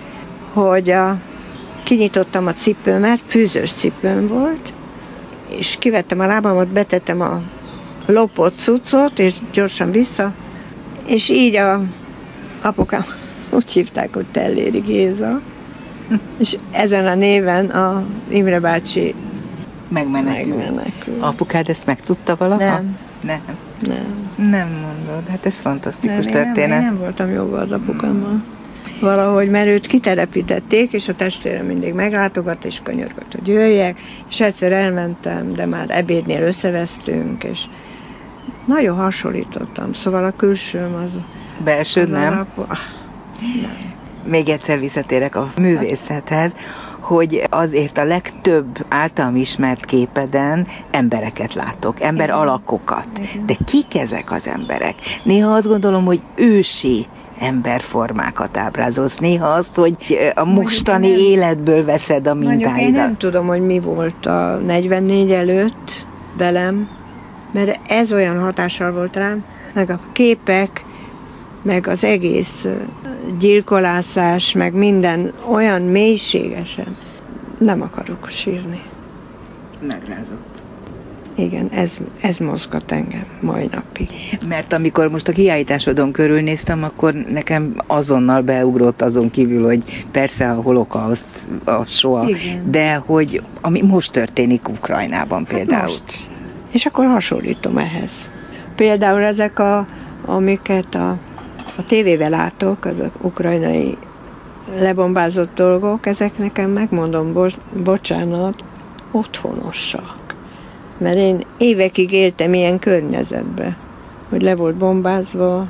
[SPEAKER 3] hogy a, kinyitottam a cipőmet, fűzős cipőm volt, és kivettem a lábamat, betettem a lopott cuccot, és gyorsan vissza, és így a apukám úgy hívták, hogy Telléri Géza, és ezen a néven a Imre bácsi
[SPEAKER 2] megmenekül.
[SPEAKER 3] megmenekül.
[SPEAKER 2] Apukád ezt megtudta valaha?
[SPEAKER 3] Nem.
[SPEAKER 2] Nem.
[SPEAKER 3] Nem.
[SPEAKER 2] Nem mondod, hát ez fantasztikus
[SPEAKER 3] nem,
[SPEAKER 2] történet.
[SPEAKER 3] Én nem, én nem voltam jóban az apukámmal. Valahogy, mert őt kitelepítették, és a testvérem mindig meglátogat, és könyörgött, hogy jöjjek, és egyszer elmentem, de már ebédnél összevesztünk, és nagyon hasonlítottam, szóval a külsőm az...
[SPEAKER 2] Belsőd
[SPEAKER 3] az
[SPEAKER 2] nem?
[SPEAKER 3] Alap... Ah, nem.
[SPEAKER 2] Még egyszer visszatérek a művészethez, hogy azért a legtöbb általam ismert képeden embereket látok, ember
[SPEAKER 3] Igen.
[SPEAKER 2] alakokat.
[SPEAKER 3] Igen.
[SPEAKER 2] De kik ezek az emberek? Néha azt gondolom, hogy ősi emberformákat ábrázolsz, néha azt, hogy a mostani nem, életből veszed a mintáidat.
[SPEAKER 3] Én nem tudom, hogy mi volt a negyvennégy előtt velem, mert ez olyan hatással volt rám, meg a képek, meg az egész gyilkolászás, meg minden olyan mélységesen. Nem akarok sírni.
[SPEAKER 2] Megrázott.
[SPEAKER 3] Igen, ez, ez mozgat engem mai napig.
[SPEAKER 2] Mert amikor most a kiállításodon körülnéztem, akkor nekem azonnal beugrott azon kívül, hogy persze a holokauszt, a soha, igen. De hogy ami most történik Ukrajnában például. Hát most.
[SPEAKER 3] És akkor hasonlítom ehhez. Például ezek, a, amiket a, a tévével látok, azok ukrajnai lebombázott dolgok, ezek nekem, megmondom, bo- bocsánat, otthonosak. Mert én évekig éltem ilyen környezetben, hogy le volt bombázva,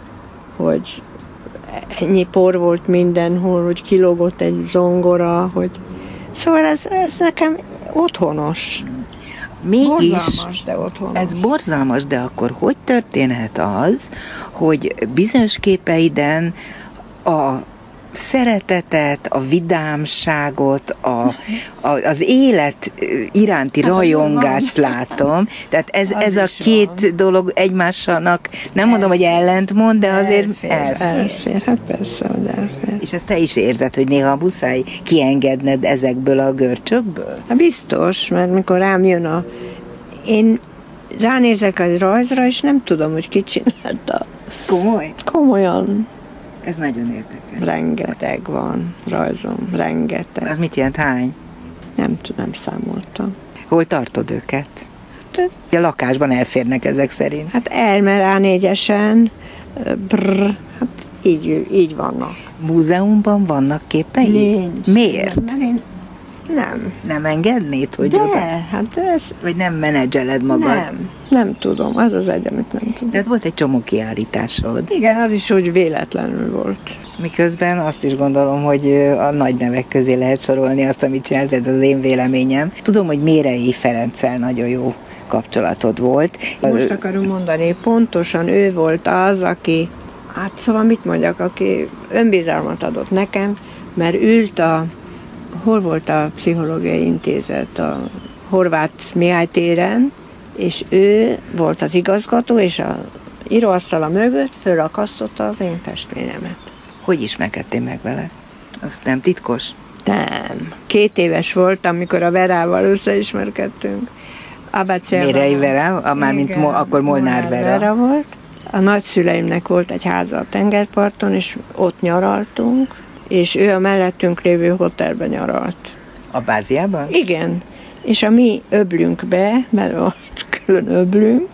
[SPEAKER 3] hogy ennyi por volt mindenhol, hogy kilógott egy zongora, hogy... Szóval ez, ez nekem otthonos.
[SPEAKER 2] Mégis,
[SPEAKER 3] borzalmas, de otthonos.
[SPEAKER 2] Ez borzalmas, de akkor hogy történhet az, hogy bizonyos képeiden a szeretetet, a vidámságot, a, a, az élet iránti hát rajongást látom. Tehát ez, ez a két van. Dolog egymásnak, nem mondom, hogy ellentmond, de azért elfér.
[SPEAKER 3] Elfér, elfér. Hát persze, hogy elfér.
[SPEAKER 2] És ezt te is érzed, hogy néha muszáj kiengedned ezekből a görcsökből?
[SPEAKER 3] Na biztos, mert mikor rám jön a... Én ránézek a rajzra, és nem tudom, hogy ki csinálta.
[SPEAKER 2] Komoly?
[SPEAKER 3] Komolyan.
[SPEAKER 2] Ez nagyon érdekes.
[SPEAKER 3] Rengeteg van rajzom, rengeteg.
[SPEAKER 2] Az mit jelent? Hány?
[SPEAKER 3] Nem tudom, számoltam.
[SPEAKER 2] Hol tartod őket? A lakásban elférnek ezek szerint.
[SPEAKER 3] Hát elmer á négyesen, brr, hát így, így vannak.
[SPEAKER 2] Múzeumban vannak képei?
[SPEAKER 3] Nincs.
[SPEAKER 2] Miért?
[SPEAKER 3] Nem, én nem.
[SPEAKER 2] Nem engednéd, hogy
[SPEAKER 3] De,
[SPEAKER 2] oda?
[SPEAKER 3] hát ez...
[SPEAKER 2] Vagy nem menedzseled magad?
[SPEAKER 3] Nem, nem tudom, az az egy, amit nem tudom.
[SPEAKER 2] De volt egy csomó kiállításod.
[SPEAKER 3] Igen, az is úgy véletlenül volt.
[SPEAKER 2] Miközben azt is gondolom, hogy a nagy nevek közé lehet sorolni azt, amit csinálsz, ez az én véleményem. Tudom, hogy Mérei Ferenccel nagyon jó kapcsolatod volt.
[SPEAKER 3] Most akarom mondani, pontosan ő volt az, aki, hát szóval mit mondjak, aki önbizalmat adott nekem, mert ült a, hol volt a pszichológiai intézet, a Horváth Mihály téren, és ő volt az igazgató, és a íróasztala mögött fölakasztotta az én festményemet.
[SPEAKER 2] Hogy ismerkedtél meg vele? Azt nem titkos?
[SPEAKER 3] Nem. Két éves voltam, amikor a Verával összeismerkedtünk.
[SPEAKER 2] Mérei Vera, mármint mo- akkor Molnár Vera.
[SPEAKER 3] Vera volt. A nagyszüleimnek volt egy háza a tengerparton, és ott nyaraltunk, és ő a mellettünk lévő hotelben nyaralt.
[SPEAKER 2] A Báziában?
[SPEAKER 3] Igen. És a mi öblünkbe, mert ott külön öblünk,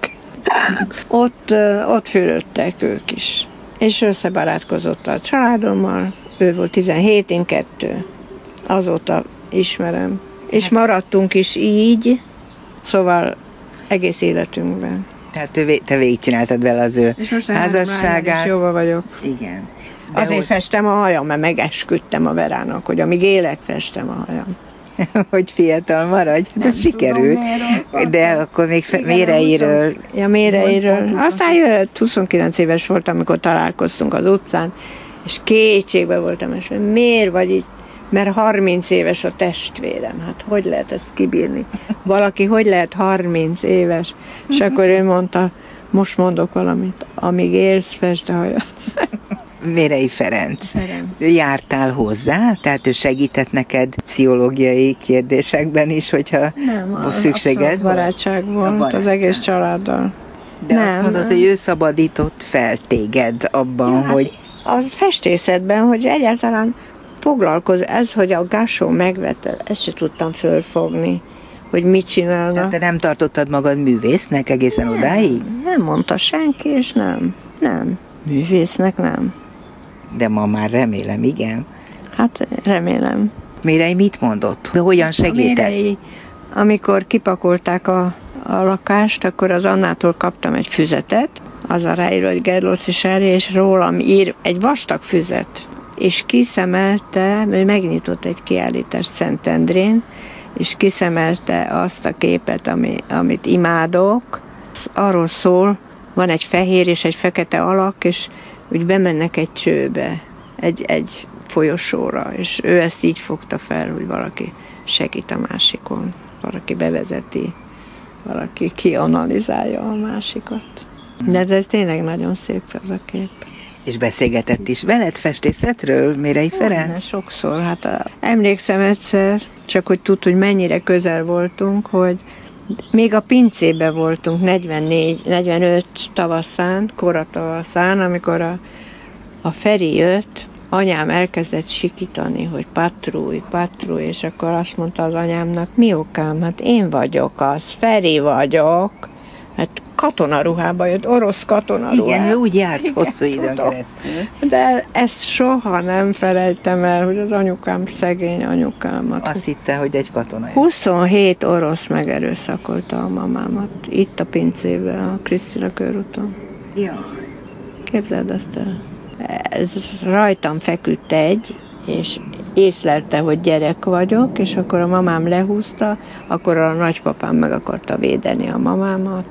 [SPEAKER 3] ott, ott fürödtek ők is. És összebarátkozott a családommal, ő volt tizenhét, én kettő. Azóta ismerem. És maradtunk is így, szóval egész életünkben.
[SPEAKER 2] Tehát te végigcsináltad vele az ő házasságát.
[SPEAKER 3] És jóval vagyok.
[SPEAKER 2] Igen. De
[SPEAKER 3] Azért
[SPEAKER 2] hogy...
[SPEAKER 3] festem a hajam, mert megesküdtem a Verának, hogy amíg élek, festem a hajam.
[SPEAKER 2] hogy fiatal maradj, de ez sikerült. De akkor még fe- Méreiről...
[SPEAKER 3] Ja, Méreiről. Aztán jött, huszonkilenc éves voltam, amikor találkoztunk az utcán, és kétségbe voltam, és miért vagy így? Mert harminc éves a testvérem. Hát hogy lehet ezt kibírni? Valaki hogy lehet harminc éves? És akkor ő mondta, most mondok valamit, amíg élsz, fest a hajad.
[SPEAKER 2] Mérei Ferenc.
[SPEAKER 3] Szerem.
[SPEAKER 2] Jártál hozzá? Tehát ő segített neked pszichológiai kérdésekben is, hogyha
[SPEAKER 3] Nem,
[SPEAKER 2] szükséged volt?
[SPEAKER 3] barátság volt
[SPEAKER 2] barátság.
[SPEAKER 3] az egész családdal.
[SPEAKER 2] De
[SPEAKER 3] nem,
[SPEAKER 2] azt mondod,
[SPEAKER 3] nem.
[SPEAKER 2] hogy ő szabadított fel téged abban,
[SPEAKER 3] Ja,
[SPEAKER 2] hogy...
[SPEAKER 3] Hát a festészetben, hogy egyáltalán foglalkozó, ez, hogy a Gásó megvette, ezt se tudtam fölfogni, hogy mit csinálnak.
[SPEAKER 2] Tehát te nem tartottad magad művésznek egészen
[SPEAKER 3] nem,
[SPEAKER 2] odáig?
[SPEAKER 3] Nem mondta senki, és nem. Nem. Művésznek nem.
[SPEAKER 2] De ma már remélem, igen.
[SPEAKER 3] Hát remélem.
[SPEAKER 2] Mérei mit mondott? Hogyan segített?
[SPEAKER 3] A Mérei, amikor kipakolták a, a lakást, akkor az Annától kaptam egy füzetet, az a ráíró, hogy Gerlóci Sári, és rólam ír egy vastag füzet. És kiszemelte, ő megnyitott egy kiállítást Szentendrén, és kiszemelte azt a képet, ami, amit imádok. Arról szól, van egy fehér és egy fekete alak, és úgy bemennek egy csőbe, egy, egy folyosóra, és ő ezt így fogta fel, hogy valaki segít a másikon, valaki bevezeti, valaki kianalizálja a másikat. De ez, ez tényleg nagyon szép ez a kép.
[SPEAKER 2] És beszélgetett is veled festészetről, Mérei Ferenc?
[SPEAKER 3] Ja, sokszor, hát a, emlékszem egyszer, csak hogy tud, hogy mennyire közel voltunk, hogy még a pincébe voltunk negyvennégy negyvenöt tavaszán, kora tavaszán, amikor a, a Feri jött, anyám elkezdett sikítani, hogy patrúj, patrúj, és akkor azt mondta az anyámnak, mi okám, hát én vagyok az, Feri vagyok. Hát katonaruhába jött, orosz katonaruhába.
[SPEAKER 2] Igen, ő úgy járt
[SPEAKER 3] Igen,
[SPEAKER 2] hosszú időn
[SPEAKER 3] tudom.
[SPEAKER 2] keresztül.
[SPEAKER 3] De ezt soha nem felejtem el, hogy az anyukám, szegény anyukámat.
[SPEAKER 2] Azt hitte, hogy egy katona.
[SPEAKER 3] huszonhét orosz megerőszakolta a mamámat, itt a pincében, a Krisztina körúton.
[SPEAKER 2] Ja.
[SPEAKER 3] Képzeld ezt el. Ez rajtam feküdt egy, és észlelte, hogy gyerek vagyok, és akkor a mamám lehúzta, akkor a nagypapám meg akarta védeni a mamámat,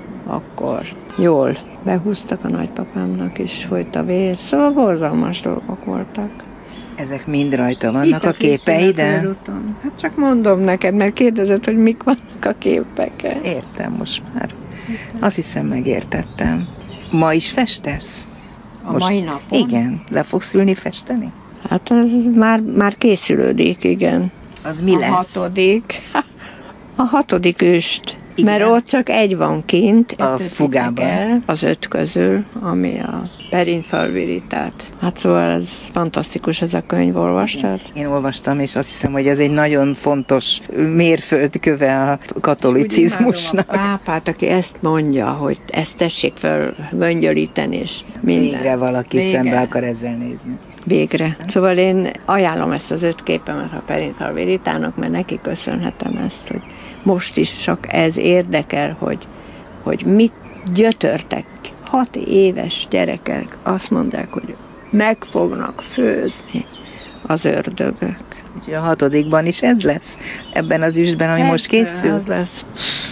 [SPEAKER 3] akkor jól behúztak a nagypapámnak, és folyt a vér, szóval borzalmas dolgok voltak.
[SPEAKER 2] Ezek mind rajta vannak
[SPEAKER 3] Itt
[SPEAKER 2] a képeiden?
[SPEAKER 3] körúton. Hát csak mondom neked, mert kérdezed, hogy mik vannak a képeken.
[SPEAKER 2] Értem most már. Azt hiszem, megértettem. Ma is festesz?
[SPEAKER 3] A mai napon?
[SPEAKER 2] Igen. Le fogsz ülni festeni?
[SPEAKER 3] Hát ez már, már készülődik, igen.
[SPEAKER 2] Az mi
[SPEAKER 3] a
[SPEAKER 2] lesz?
[SPEAKER 3] hatodik. A hatodik őst Igen. Mert ott csak egy van kint,
[SPEAKER 2] a fugában,
[SPEAKER 3] el, az öt közül, ami a Perintfalviritát. Hát szóval ez fantasztikus, ez a könyv, olvastad?
[SPEAKER 2] Én olvastam, és azt hiszem, hogy ez egy nagyon fontos mérföldköve a katolicizmusnak.
[SPEAKER 3] A pápát, aki ezt mondja, hogy ezt tessék fel göngyölíteni, és minden.
[SPEAKER 2] Végre valaki Végre. szembe akar ezzel nézni.
[SPEAKER 3] Végre. Szóval én ajánlom ezt az öt képemet a Perintfalviritának, mert neki köszönhetem ezt, hogy most is csak ez érdekel, hogy, hogy mit gyötörtek. Hat éves gyerekek azt mondják, hogy meg fognak főzni az ördögök.
[SPEAKER 2] Úgyhogy a hatodikban is ez lesz ebben az üstben, ami ez most készül?
[SPEAKER 3] Ez lesz.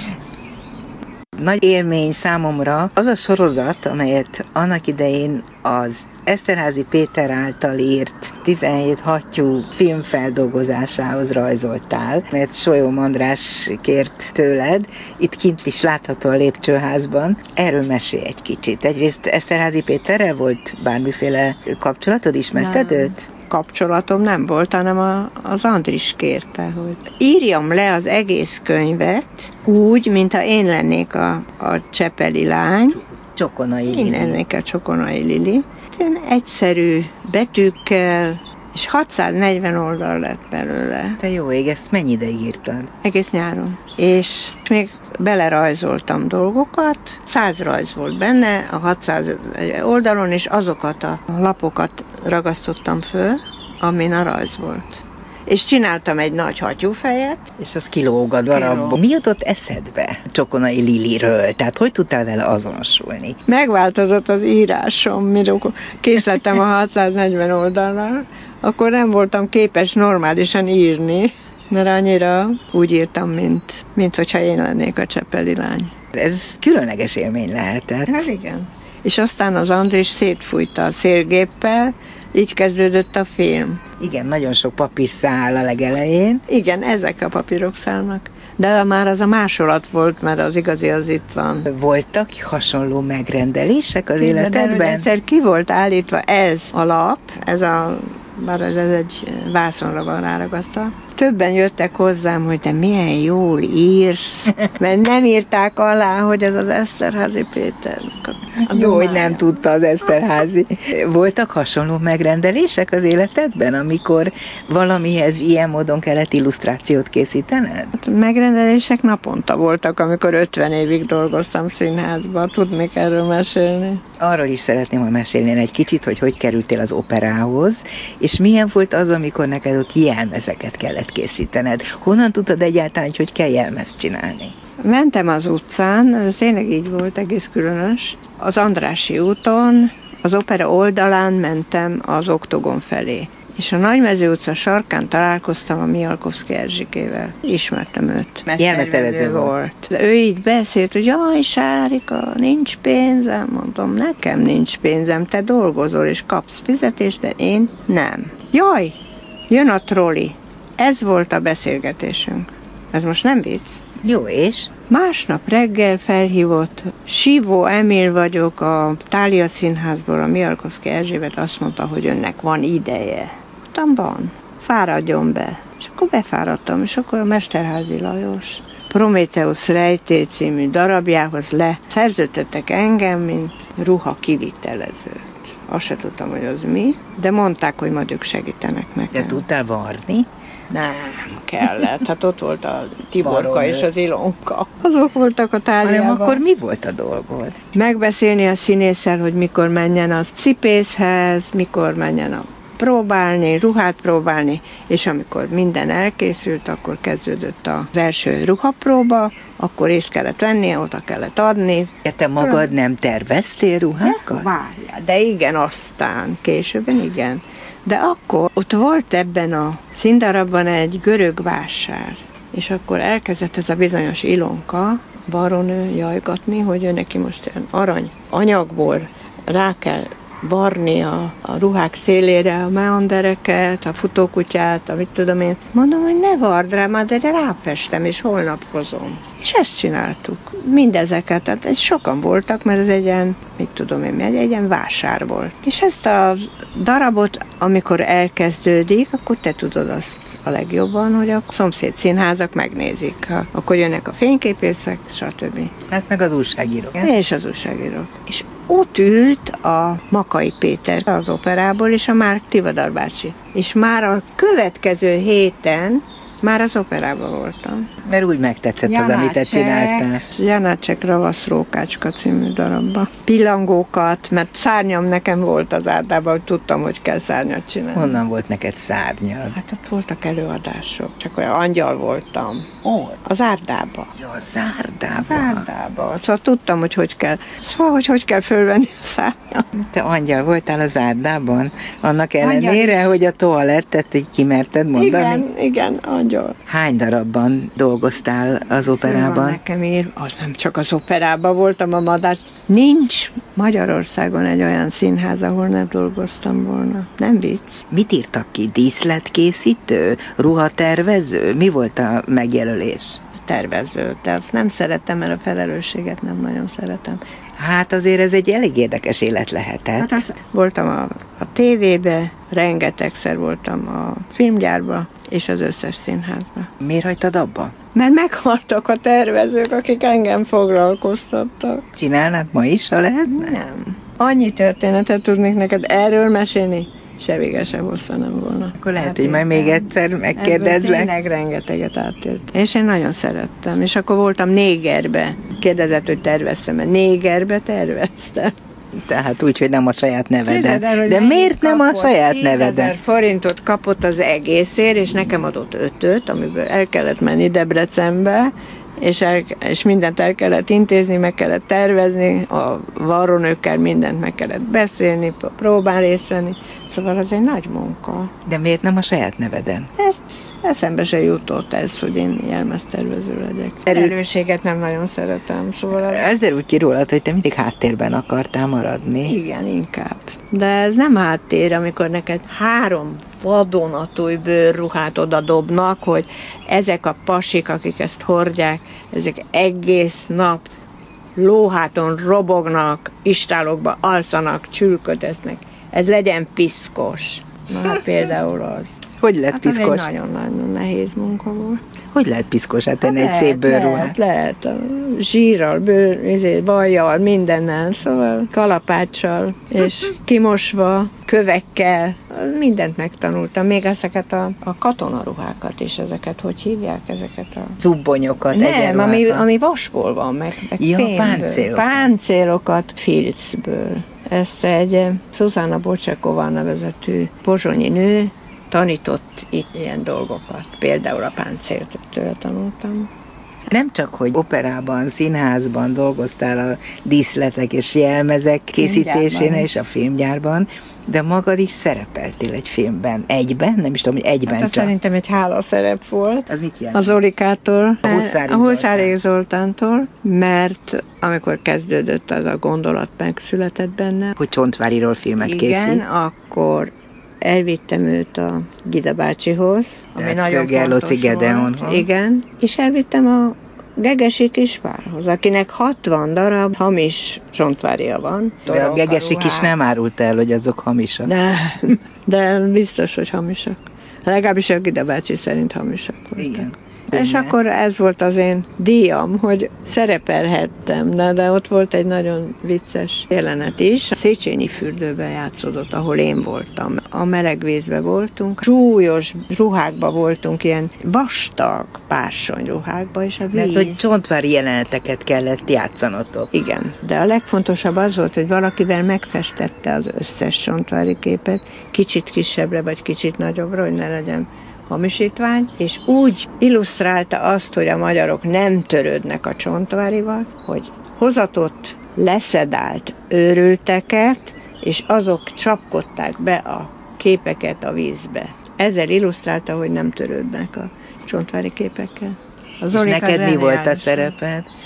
[SPEAKER 2] Nagy élmény számomra az a sorozat, amelyet annak idején az Eszterházy Péter által írt tizenhét hattyú filmfeldolgozásához rajzoltál, mert Solyom András kért tőled, itt kint is látható a lépcsőházban. Erről mesélj egy kicsit. Egyrészt Eszterházy Péterrel volt bármiféle kapcsolatod, ismerted
[SPEAKER 3] nem.
[SPEAKER 2] őt?
[SPEAKER 3] Kapcsolatom nem volt, hanem a, az Andris kérte, hogy írjam le az egész könyvet úgy, mintha én lennék a, a csepeli lány.
[SPEAKER 2] Csokonai Lili.
[SPEAKER 3] Én lennék a Csokonai Lili. Én egyszerű betűkkel, és hatszáznegyven oldal lett belőle.
[SPEAKER 2] Te jó ég, ezt mennyi ideig írtad?
[SPEAKER 3] Egész nyáron. És még belerajzoltam dolgokat, száz rajz volt benne a hatszáz oldalon, és azokat a lapokat ragasztottam föl, amin a rajz volt. És csináltam egy nagy hattyúfejet.
[SPEAKER 2] És az kilóg a darabból. Mi jutott eszedbe Csokonai Liliről? Tehát hogy tudtál vele azonosulni?
[SPEAKER 3] Megváltozott az írásom, mikor készítettem a hatszáznegyven oldalra, akkor nem voltam képes normálisan írni, mert annyira úgy írtam, mint, mint hogyha én lennék a csepeli lány.
[SPEAKER 2] Ez különleges élmény lehetett.
[SPEAKER 3] Hát igen. És aztán az Andris szétfújta a szélgéppel, így kezdődött a film.
[SPEAKER 2] Igen, nagyon sok papír száll a legelején.
[SPEAKER 3] Igen, ezek a papírok szállnak. De már az a másolat volt, mert az igazi az itt van.
[SPEAKER 2] Voltak hasonló megrendelések az életedben?
[SPEAKER 3] De egyszer ki volt állítva ez a lap, ez a, bár ez, ez egy vászonra van ráragasztva. Többen jöttek hozzám, hogy de milyen jól írsz, mert nem írták alá, hogy ez az Eszterházy Péter.
[SPEAKER 2] Jó, hogy nem tudta az Eszterházy. Voltak hasonló megrendelések az életedben, amikor valamihez ilyen módon kellett illusztrációt készítened?
[SPEAKER 3] Hát megrendelések naponta voltak, amikor ötven évig dolgoztam színházban. Tudnék erről mesélni?
[SPEAKER 2] Arról is szeretném, hogy mesélnél egy kicsit, hogy hogy kerültél az operához, és milyen volt az, amikor neked ott jelmezeket kellett készítened. Honnan tudtad egyáltalán, hogy kell jelmezt csinálni?
[SPEAKER 3] Mentem az utcán, ez tényleg így volt, egész különös. Az Andrássy úton, az opera oldalán mentem az Oktogon felé. És a Nagymező utca sarkán találkoztam a Mijalkovszky Erzsikével. Ismertem őt.
[SPEAKER 2] Jelmeztervező
[SPEAKER 3] volt. volt. Ő így beszélt, hogy jaj, Sárika, nincs pénzem. Mondom, nekem nincs pénzem, te dolgozol és kapsz fizetést, de én nem. Jaj, jön a troli. Ez volt a beszélgetésünk. Ez most nem vicc.
[SPEAKER 2] Jó, és?
[SPEAKER 3] Másnap reggel felhívott, Sivó Emil vagyok a Thália Színházból, a Mijalkovszky Erzsébet azt mondta, hogy önnek van ideje. Mondtam, van, fáradjon be. És akkor befáradtam, és akkor a Mesterházy Lajos Prométheusz rejtély című darabjához le szerződtettek engem, mint ruha kivitelezőt. Azt se tudtam, hogy az mi, de mondták, hogy majd ők segítenek nekem.
[SPEAKER 2] De tudtál varni?
[SPEAKER 3] Nem kellett, hát ott volt a Tiborka Baron és az Ilonka. Azok voltak a Tháliában.
[SPEAKER 2] Hanem akkor mi volt a dolgod?
[SPEAKER 3] Megbeszélni a színésszel, hogy mikor menjen a cipészhez, mikor menjen a próbálni, ruhát próbálni, és amikor minden elkészült, akkor kezdődött az első ruhapróba, akkor részt kellett vennie, oda kellett adni.
[SPEAKER 2] De te magad nem terveztél ruhákat?
[SPEAKER 3] Várjál, de igen, aztán, későbben igen. De akkor ott volt ebben a színdarabban egy görög vásár, és akkor elkezdett ez a bizonyos Ilonka, baronő jajgatni, hogy ő neki most ilyen arany anyagból rá kell varni a, a ruhák szélére a meandereket, a futókutyát, a mit tudom én. Mondom, hogy ne vard rá, már de ráfestem, és holnap hozom. És ezt csináltuk. Mindezeket, tehát ez sokan voltak, mert ez egy ilyen, mit tudom én, egy, egy ilyen vásár volt. És ezt a darabot, amikor elkezdődik, akkor te tudod azt a legjobban, hogy a szomszéd színházak megnézik. Ha, akkor jönnek a fényképészek, stb.
[SPEAKER 2] Hát meg az újságírók.
[SPEAKER 3] És az újságírók. És ott ült a Makai Péter az operából, és a Márk Tivadar bácsi. És már a következő héten már az operában voltam.
[SPEAKER 2] Mert úgy megtetszett az, amit te csináltál.
[SPEAKER 3] Janácsek Ravasz Rókácska című darabba. Pillangókat, mert szárnyam nekem volt az árdában, hogy tudtam, hogy kell szárnyat csinálni.
[SPEAKER 2] Honnan volt neked szárnyad?
[SPEAKER 3] Hát ott voltak előadások, csak olyan angyal voltam.
[SPEAKER 2] Ó,
[SPEAKER 3] az árdába.
[SPEAKER 2] Ja, az árdába.
[SPEAKER 3] Az árdába. Szóval tudtam, hogy hogy kell. Szóval, hogy hogy kell fölvenni a szárnyat.
[SPEAKER 2] Te angyal voltál az árdában? Annak ellenére, hogy a toalettet így kimerted mondani?
[SPEAKER 3] Igen, igen, angyal.
[SPEAKER 2] Hány darabban dolgoztál az operában?
[SPEAKER 3] Nekem ír, az nem csak az operában voltam, a madár. Nincs Magyarországon egy olyan színház, ahol nem dolgoztam volna. Nem vicc.
[SPEAKER 2] Mit írtak ki? Díszletkészítő? Ruhatervező? Mi volt a megjelölés?
[SPEAKER 3] Tervező, de azt nem szeretem, mert a felelősséget nem nagyon szeretem.
[SPEAKER 2] Hát azért ez egy elég érdekes élet lehetett.
[SPEAKER 3] Hát voltam a, a tévébe, rengetegszer voltam a filmgyárba, és az összes színházba.
[SPEAKER 2] Miért hagytad abba?
[SPEAKER 3] Mert meghaltak a tervezők, akik engem foglalkoztattak.
[SPEAKER 2] Csinálnád ma is, ha lehetne?
[SPEAKER 3] Nem. Annyi történetet tudnék neked erről mesélni, se vége, se hossza nem volna.
[SPEAKER 2] Akkor lehet, hát hogy majd még egyszer megkérdezlek.
[SPEAKER 3] Tényleg rengeteget átélt. És én nagyon szerettem. És akkor voltam négerbe. Kérdezett, hogy terveztem-e. Négerbe terveztem.
[SPEAKER 2] Tehát úgy, hogy nem a saját neveden.
[SPEAKER 3] El,
[SPEAKER 2] de miért nem a saját neveden?
[SPEAKER 3] tízezer forintot kapott az egészért, és nekem adott ötöt, amiből el kellett menni Debrecenbe, és, el, és mindent el kellett intézni, meg kellett tervezni, a varrónőkkel mindent meg kellett beszélni, próbán részt venni. Szóval az egy nagy munka.
[SPEAKER 2] De miért nem a saját neveden?
[SPEAKER 3] Mert eszembe se jutott ez, hogy én jelmeztervező legyek. Erősséget nem nagyon szeretem, szóval...
[SPEAKER 2] Ez derül ki rólad, hogy te mindig háttérben akartál maradni.
[SPEAKER 3] Igen, inkább. De ez nem háttér, amikor neked három vadonatúj bőrruhát oda dobnak, hogy ezek a pasik, akik ezt hordják, ezek egész nap lóháton robognak, istálokba alszanak, csülködesznek. Ez legyen piszkos. Na, hát például az.
[SPEAKER 2] Hogy lett
[SPEAKER 3] hát
[SPEAKER 2] piszkos?
[SPEAKER 3] Ez egy nagyon-nagyon nehéz munka volt.
[SPEAKER 2] Hogy lehet piszkosát tenni
[SPEAKER 3] hát
[SPEAKER 2] egy szép bőrruhát?
[SPEAKER 3] Lehet, lehet. Zsírral, bőr, vajjal, mindennel, szóval kalapáccsal, és kimosva, kövekkel, mindent megtanultam. Még ezeket a, a katonaruhákat is, ezeket, hogy hívják ezeket a...
[SPEAKER 2] Zubbonyokat,
[SPEAKER 3] Nem, ami, ami vasból van, meg, meg
[SPEAKER 2] ja,
[SPEAKER 3] fémből.
[SPEAKER 2] páncélokat.
[SPEAKER 3] Páncélokat filcből. Ezt egy Szuzanna Bocsekova nevezetű pozsonyi nő tanított itt ilyen dolgokat. Például a páncélt tőle tanultam.
[SPEAKER 2] Nem csak, hogy operában, színházban dolgoztál a díszletek és jelmezek készítésén és a filmgyárban, de magad is szerepeltél egy filmben. Egyben? Nem is tudom, hogy egyben
[SPEAKER 3] hát
[SPEAKER 2] csak.
[SPEAKER 3] Szerintem egy hálaszerep volt.
[SPEAKER 2] Az mit jelent?
[SPEAKER 3] Az Olikától.
[SPEAKER 2] A Huszári
[SPEAKER 3] a Huszári Zoltántól, mert amikor kezdődött az a gondolat, megszületett benne.
[SPEAKER 2] Hogy Csontváriról filmet
[SPEAKER 3] igen,
[SPEAKER 2] készít.
[SPEAKER 3] Igen, akkor elvittem őt a Gida bácsihoz, ami
[SPEAKER 2] Tehát
[SPEAKER 3] nagyon
[SPEAKER 2] Gerlóci
[SPEAKER 3] fontos
[SPEAKER 2] Gedeonhoz.
[SPEAKER 3] volt. Igen, és elvittem a Gegesi Kispárhoz, akinek hatvan darab hamis Csontvária van.
[SPEAKER 2] De a Gegesi Kis nem árult el, hogy azok hamisak.
[SPEAKER 3] Nem, de biztos, hogy hamisak. Legalábbis a Gida bácsi szerint hamisak voltak.
[SPEAKER 2] Igen.
[SPEAKER 3] És akkor ez volt az én díjam, hogy szerepelhettem, de, de ott volt egy nagyon vicces jelenet is. A Széchenyi fürdőben játszódott, ahol én voltam. A meleg vízbe voltunk, súlyos ruhákba voltunk, ilyen vastag pársony ruhákba, és a víz...
[SPEAKER 2] Mert hogy csontvári jeleneteket kellett játszanotok.
[SPEAKER 3] Igen, de a legfontosabb az volt, hogy valakivel megfestette az összes csontvári képet, kicsit kisebbre, vagy kicsit nagyobbra, hogy ne legyen hamisítvány, és úgy illusztrálta azt, hogy a magyarok nem törődnek a Csontvárival, hogy hozatott, leszedált őrülteket, és azok csapkodták be a képeket a vízbe. Ezzel illusztrálta, hogy nem törődnek a Csontvári képekkel. Az
[SPEAKER 2] és neked mi volt a szereped?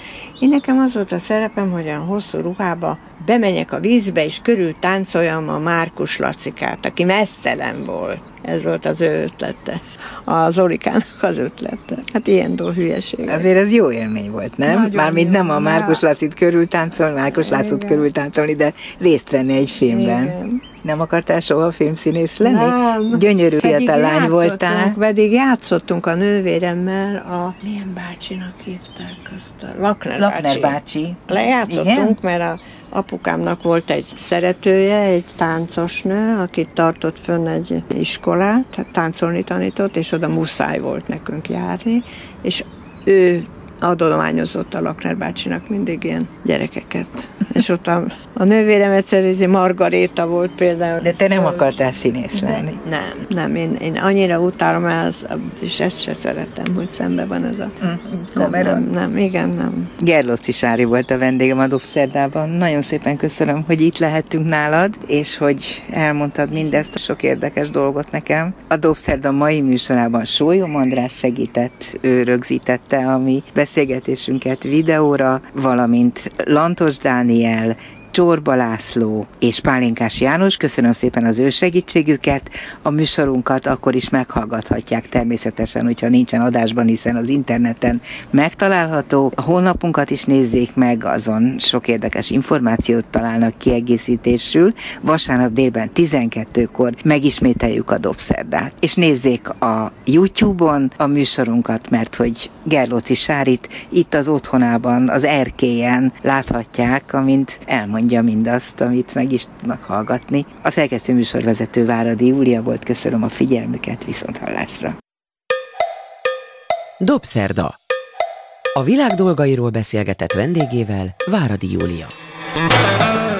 [SPEAKER 3] Én nekem az volt a szerepem, hogy olyan hosszú ruhába bemenjek a vízbe, és körül táncoljam a Márkus Lacikát, aki mesztelen volt. Ez volt az ő ötlete. A Zolikának az ötlete. Hát ilyen dolg hülyeség.
[SPEAKER 2] Azért ez jó élmény volt, nem?
[SPEAKER 3] Nagyon
[SPEAKER 2] Mármint
[SPEAKER 3] jó.
[SPEAKER 2] nem a Márkus Lacit körül táncolni, Márkus Lászlót körül táncolni, de részt venni egy filmben.
[SPEAKER 3] Igen.
[SPEAKER 2] Nem akartál soha filmszínész lenni?
[SPEAKER 3] Nem.
[SPEAKER 2] Gyönyörű fiatal lány voltál.
[SPEAKER 3] Pedig játszottunk a nővéremmel a... Milyen bácsinak hívták azt a... Lakner,
[SPEAKER 2] Lakner
[SPEAKER 3] bácsi.
[SPEAKER 2] bácsi.
[SPEAKER 3] Lejátszottunk, igen? Mert a apukámnak volt egy szeretője, egy táncosnő, aki tartott fönn egy iskolát, tehát táncolni tanított, és oda muszáj volt nekünk járni, és ő adományozott a Lakner bácsinak mindig ilyen gyerekeket. És ott a, a nővérem egyszer Margaréta volt például.
[SPEAKER 2] De te nem akartál színész lenni?
[SPEAKER 3] Nem, nem, én, én annyira utálom el, és ezt se szeretem, hogy szembe van ez a...
[SPEAKER 2] Mm,
[SPEAKER 3] nem, nem, nem, igen, nem.
[SPEAKER 2] Gerlóci Sári volt a vendégem a Dobszerdában. Nagyon szépen köszönöm, hogy itt lehettünk nálad, és hogy elmondtad mindezt a sok érdekes dolgot nekem. A Dobszerda mai műsorában Sólyom András segített, ő rögzítette a mi beszélgetésünket videóra, valamint Lantos Dániel, Csorba László és Pálinkás János. Köszönöm szépen az ő segítségüket. A műsorunkat akkor is meghallgathatják természetesen, hogyha nincsen adásban, hiszen az interneten megtalálható. A honlapunkat is nézzék meg, azon sok érdekes információt találnak kiegészítésről. Vasárnap délben tizenkettőkor megismételjük a Dobszerdát. És nézzék a YouTube-on a műsorunkat, mert hogy Gerlóci Sárit itt az otthonában, az erkélyen láthatják, amint elmondják mondja mindazt, amit meg is tudnak hallgatni. A szerkesztő műsorvezető Váradi Júlia volt, köszönöm a figyelmüket, viszonthallásra.
[SPEAKER 1] Dobszerda. A világ dolgairól beszélgetett vendégével Váradi Júlia.